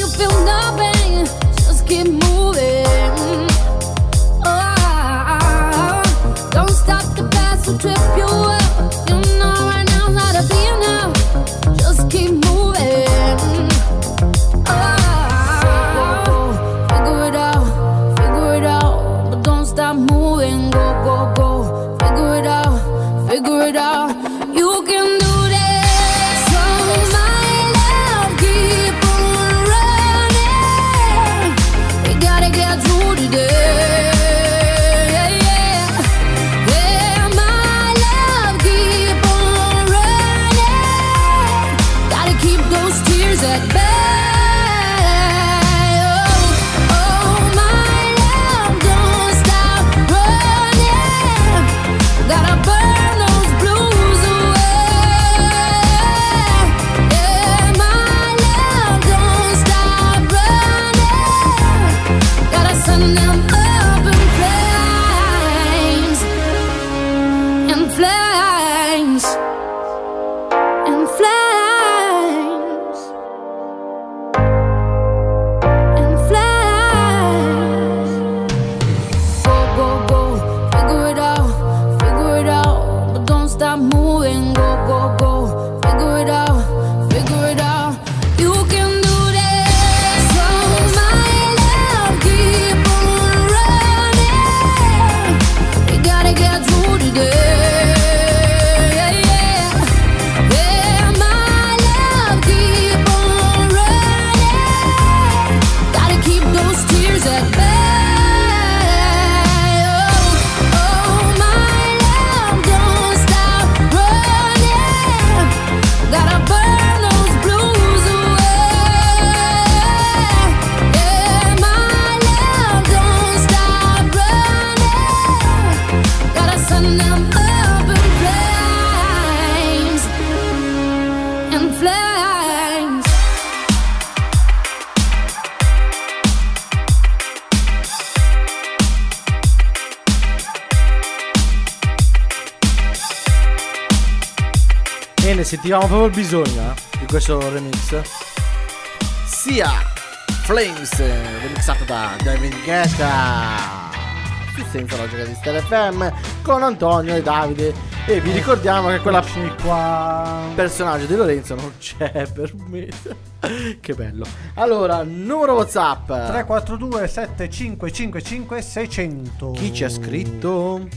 ne sentivamo proprio il bisogno di questo remix. Sia Flames, remixato da David Guetta su Senza Logica di Stereo FM con Antonio e Davide. E vi ricordiamo che quella personaggio di Lorenzo non c'è per me. Che bello. Allora, numero WhatsApp 342 7555 600. Chi ci ha scritto?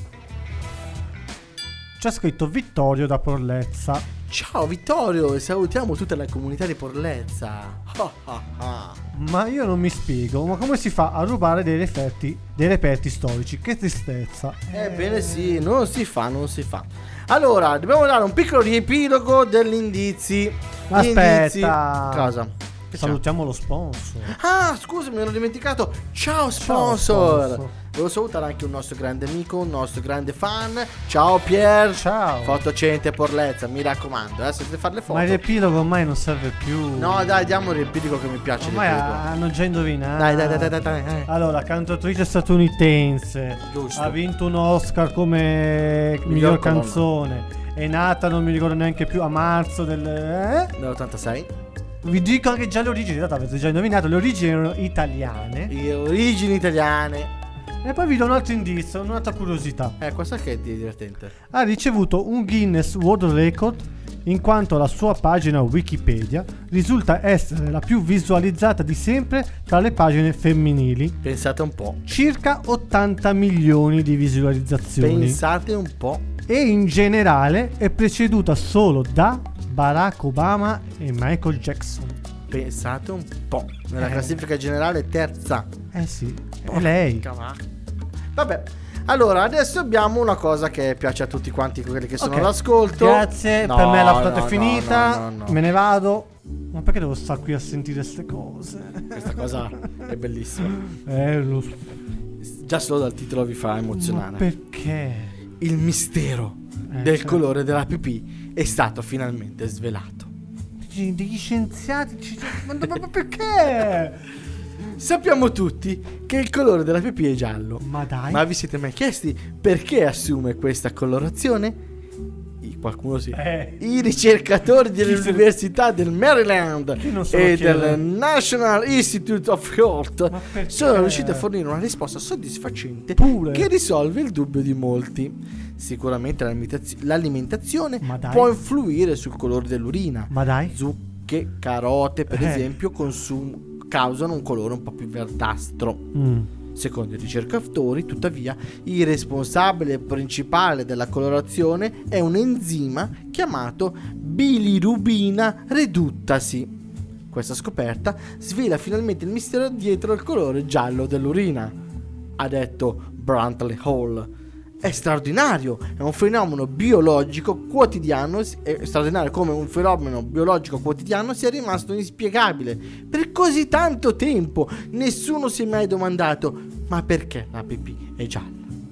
C'ha scritto Vittorio da Porlezza. Ciao Vittorio, e salutiamo tutta la comunità di Porlezza. Ma io non mi spiego, ma come si fa a rubare dei reperti storici? Che tristezza. Ebbene sì, non si fa. Allora, dobbiamo dare un piccolo riepilogo degli indizi. Aspetta. Cosa? Che Salutiamo lo sponsor. Ah, scusa, mi ero dimenticato. Ciao sponsor. Volevo salutare anche un nostro grande amico, un nostro grande fan. Ciao Pier. Ciao. Fotocente Porlezza, mi raccomando, se dovete fare le foto. Ma il riepilogo ormai non serve più. No, dai, diamo il riepilogo che mi piace. Ormai hanno già indovinato. Dai. Allora, cantautrice statunitense. Giusto. Ha vinto un Oscar come miglior canzone. È nata, non mi ricordo neanche più, a marzo dell'86. Vi dico anche già le origini. In realtà avete già indovinato. Le origini erano italiane. Le origini italiane. E poi vi do un altro indizio, un'altra curiosità. Questa che è divertente. Ha ricevuto un Guinness World Record in quanto la sua pagina Wikipedia risulta essere la più visualizzata di sempre tra le pagine femminili. Pensate un po'. Circa 80 milioni di visualizzazioni. Pensate un po'. E in generale è preceduta solo da Barack Obama e Michael Jackson. Pensate un po'. Nella classifica generale terza. Sì, è lei. Vabbè. Allora, adesso abbiamo una cosa che piace a tutti quanti quelli che sono all'ascolto. Grazie, per me la puntata è finita. No. Me ne vado. Ma perché devo stare qui a sentire queste cose? Questa cosa è bellissima. Già solo dal titolo vi fa emozionare. Ma perché? Il mistero del colore della pipì è stato finalmente svelato. Degli scienziati ma perché? Sappiamo tutti che il colore della pipì è giallo. Ma dai. Ma vi siete mai chiesti perché assume questa colorazione? Qualcuno sì. I ricercatori dell'Università del Maryland e del National Institute of Health sono riusciti a fornire una risposta soddisfacente che risolve il dubbio di molti. Sicuramente l'alimentazione può influire sul colore dell'urina. Ma dai. Zucche, carote per esempio causano un colore un po' più verdastro. Secondo i ricercatori, tuttavia, il responsabile principale della colorazione è un enzima chiamato bilirubina reduttasi. Questa scoperta svela finalmente il mistero dietro il colore giallo dell'urina, ha detto Brantley Hall. È straordinario, è un fenomeno biologico quotidiano, è straordinario come un fenomeno biologico quotidiano sia rimasto inspiegabile per così tanto tempo. Nessuno si è mai domandato ma perché la pipì è gialla.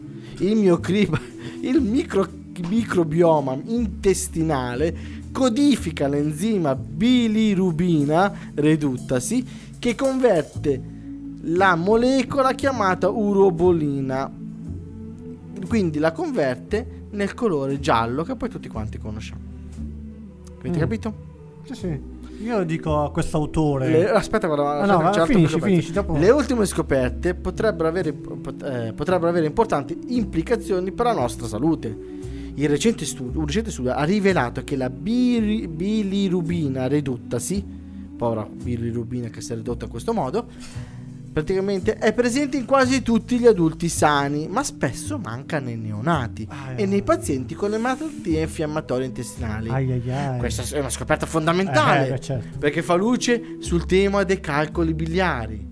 Il microbioma intestinale codifica l'enzima bilirubina reduttasi che converte la molecola chiamata urobolina, quindi la converte nel colore giallo che poi tutti quanti conosciamo. Avete capito? Sì. Io dico a quest'autore. Aspetta, guarda, finisci dopo. Le ultime scoperte potrebbero avere importanti implicazioni per la nostra salute. Un recente studio ha rivelato che la bilirubina reduttasi, povera bilirubina che si è ridotta in questo modo, praticamente è presente in quasi tutti gli adulti sani, ma spesso manca nei neonati e nei pazienti con le malattie infiammatorie intestinali. Questa è una scoperta fondamentale perché fa luce sul tema dei calcoli biliari,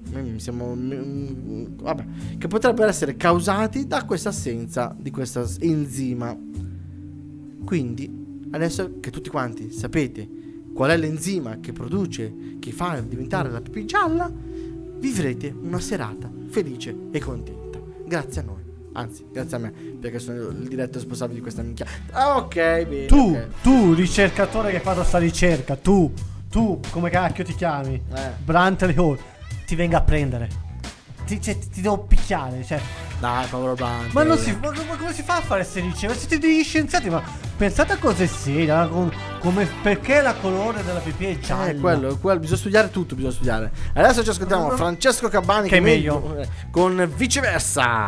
che potrebbero essere causati da questa assenza di questa enzima. Quindi, adesso che tutti quanti sapete qual è l'enzima che fa diventare la pipì gialla, vivrete una serata felice e contenta. Grazie a noi. Anzi, grazie a me, perché sono il diretto responsabile di questa minchia. Ok, bene. Tu, ricercatore che ha fatto sta ricerca, tu, come cacchio ti chiami? Brantley Hall, ti venga a prendere. Ti devo picchiare, cioè. Dai, povero Brantley. Ma come si fa a fare queste ricerche? Siete degli scienziati, ma pensate a cose serie, come perché la colore della pipì è gialla. Quello, bisogna studiare tutto, bisogna studiare. Adesso ci ascoltiamo Francesco Cabbani Che è meglio. con Viceversa.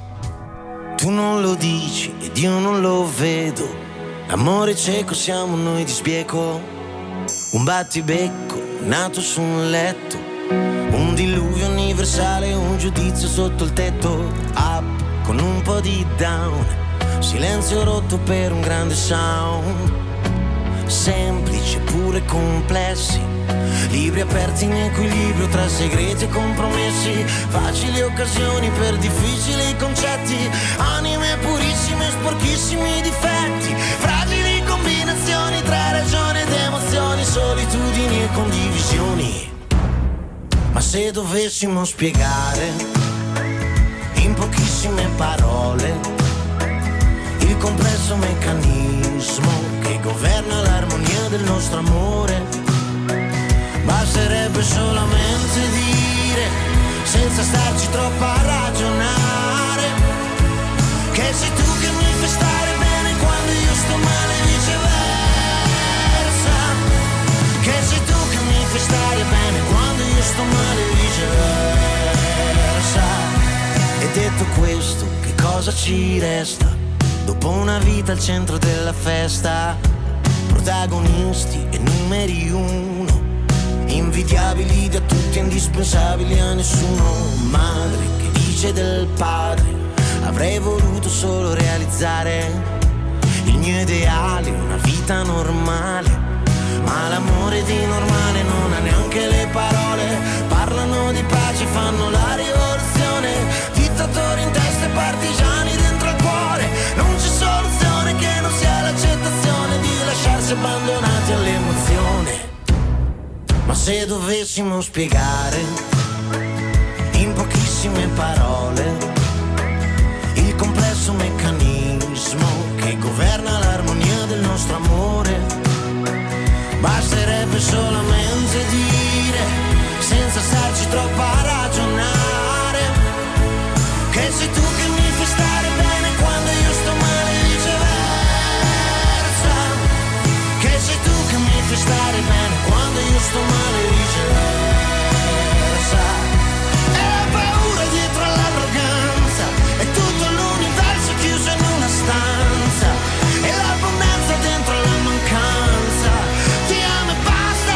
Tu non lo dici ed io non lo vedo. L'amore cieco siamo noi di spieco. Un battibecco nato su un letto. Un diluvio universale, un giudizio sotto il tetto. Up con un po' di down. Silenzio rotto per un grande sound. Semplici pure complessi. Libri aperti in equilibrio tra segreti e compromessi. Facili occasioni per difficili concetti. Anime purissime, sporchissimi difetti. Fragili combinazioni tra ragione ed emozioni. Solitudini e condivisioni. Ma se dovessimo spiegare in pochissime parole il complesso meccanismo che governa l'armonia del nostro amore, basterebbe solamente dire, senza starci troppo a ragionare, che sei tu che mi fai stare bene quando io sto male e viceversa. Che sei tu che mi fai stare bene quando io sto male e viceversa. E detto questo, che cosa ci resta? Dopo una vita al centro della festa, protagonisti e numeri uno, invidiabili da tutti, indispensabili a nessuno. Madre che dice del padre, avrei voluto solo realizzare il mio ideale, una vita normale. Ma l'amore di normale non ha neanche le parole. Parlano di pace, fanno la rivoluzione. Dittatori in testa e partigiani dentro al cuore. Non c'è soluzione che non sia l'accettazione di lasciarsi abbandonati all'emozione. Ma se dovessimo spiegare in pochissime parole il complesso meccanismo che governa l'armonia del nostro amore, basterebbe solamente dire, senza starci troppo a ragionare, che sei tu che mi fai stare bene quando io sto male e viceversa. Che sei tu che mi fai stare bene quando io sto male e viceversa. E la paura dietro all'arroganza, è tutto l'universo chiuso in una stanza, e l'abbondanza dentro la mancanza. Ti amo e basta.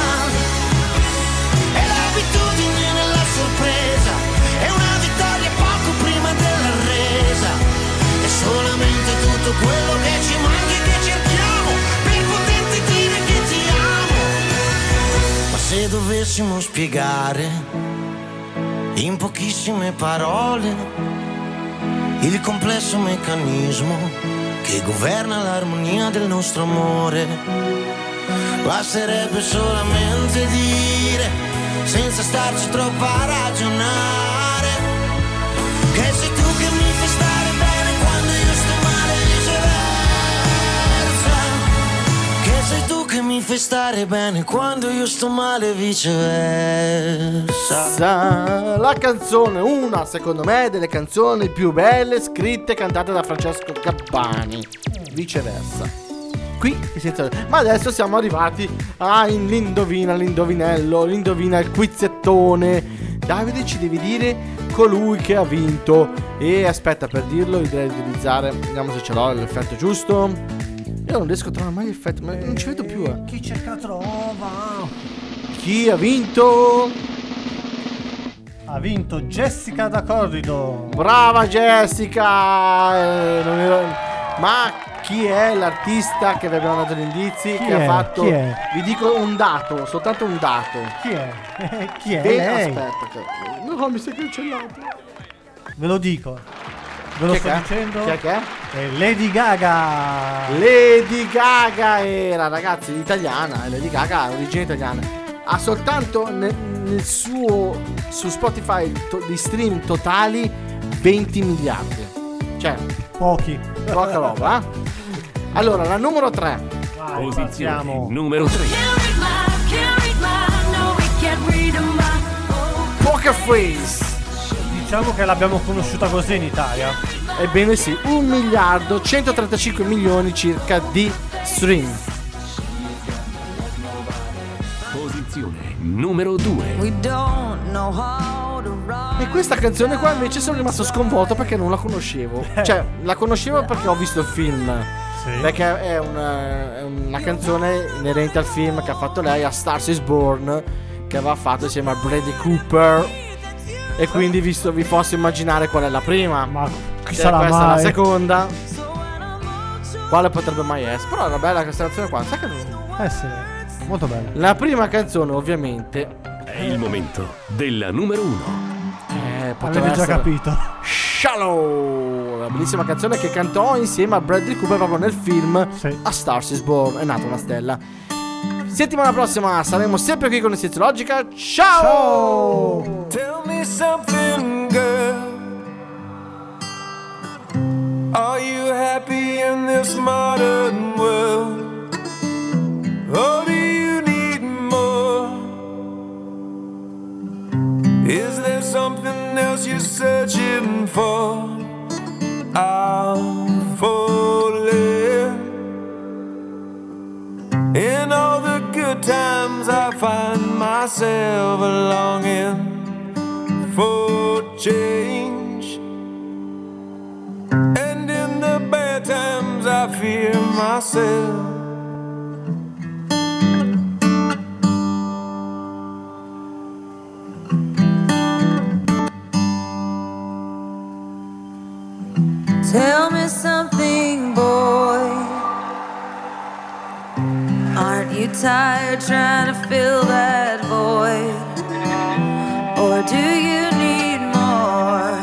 E l'abitudine nella sorpresa, è una vittoria poco prima della resa. È solamente tutto quello che ci manca e che cerchiamo per poterti dire che ti amo. Ma se dovessimo spiegare in pochissime parole il complesso meccanismo che governa l'armonia del nostro amore, basterebbe solamente dire, senza starci troppo a ragionare, che sei tu che mi fai stare bene quando io sto male e viceversa. Che sei tu che mi fai stare bene quando io sto male e viceversa. La canzone, una secondo me delle canzoni più belle scritte e cantate da Francesco Cabbani. Viceversa. Qui senza... Ma adesso siamo arrivati all'indovina, l'indovinello, l'indovina il quizzettone. Davide, ci devi dire colui che ha vinto. E aspetta, per dirlo direi di utilizzare, vediamo se ce l'ho l'effetto giusto. Io non riesco a trovare mai l'effetto, ma non ci vedo più. Chi cerca trova. Chi ha vinto? Ha vinto Jessica da Corrido. Brava Jessica! Ma chi è l'artista che vi abbiamo dato gli indizi? Chi che è? ha fatto? Chi è? Vi dico un dato, soltanto un dato. Chi è? Chi è? Beh, Lei. aspetta, no, mi sei cancellato. Ve lo dico. Ve lo Chi sto è? dicendo. Chi è che è? È Lady Gaga. Lady Gaga era, ragazzi, italiana. Lady Gaga ha origine italiana. Ha soltanto nel suo su Spotify di stream totali 20 miliardi. Cioè, Pochi. poca roba, eh? Allora, la numero 3. Vai, Posizione partiamo. numero 3. Poker Face. Diciamo che l'abbiamo conosciuta così in Italia. Ebbene sì, 1 miliardo 135 milioni circa di stream. Posizione numero 2. E questa canzone qua invece sono rimasto sconvolto perché non la conoscevo. Cioè, la conoscevo perché ho visto il film. Sì. Perché è una canzone inerente al film che ha fatto lei, A Star Is Born, che aveva fatto insieme a Bradley Cooper. E quindi vi posso immaginare qual è la prima. Ma chi Se sarà questa mai? è la seconda. Quale potrebbe mai essere? Però è una bella questa canzone qua. Sai che Sì, molto bella. la prima canzone ovviamente È il momento della numero 1. poteva Avete già essere capito. Shallow, la bellissima canzone che cantò insieme a Bradley Cooper proprio nel film Sì. A Star Is Born. È nata una stella. Settimana prossima saremo sempre qui con Essenza Logica. Ciao! Tell me something, girl. Are you happy in this modern world? Or do you need more? Is there something else you're searching for? I'm falling. In all the good times I find myself longing for change, and in the bad times I fear myself. Tell me something, boy. Aren't you tired trying to fill that void? Or do you need more?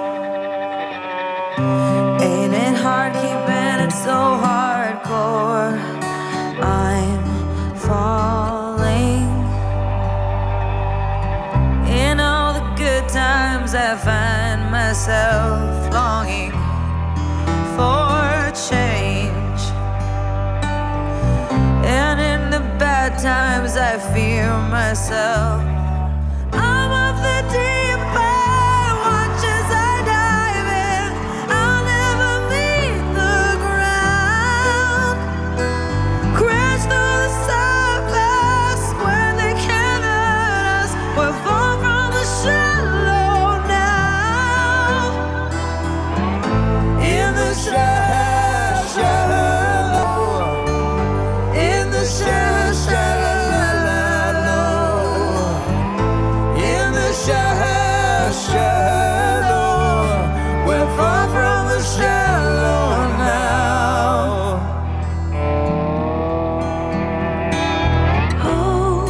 Ain't it hard keeping it so hardcore? I'm falling. In all the good times I find myself longing for change, and in the bad times I fear myself. I'm of the deep end, watch as I dive in. I'll never meet the ground. Crash through the surface where they can't hurt us. We're far from the shallow now. In the shallow, in the shallow, in the shallow, we're far from the shallow now. Oh,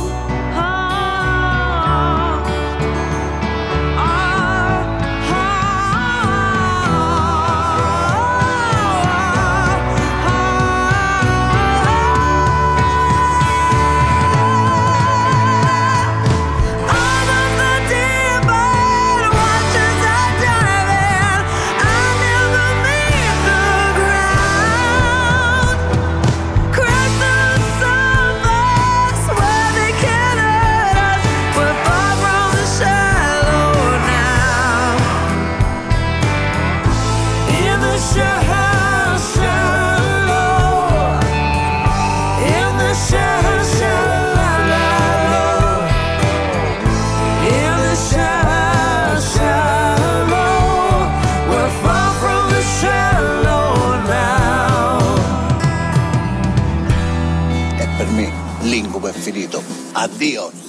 L'incubo è finito. Addio.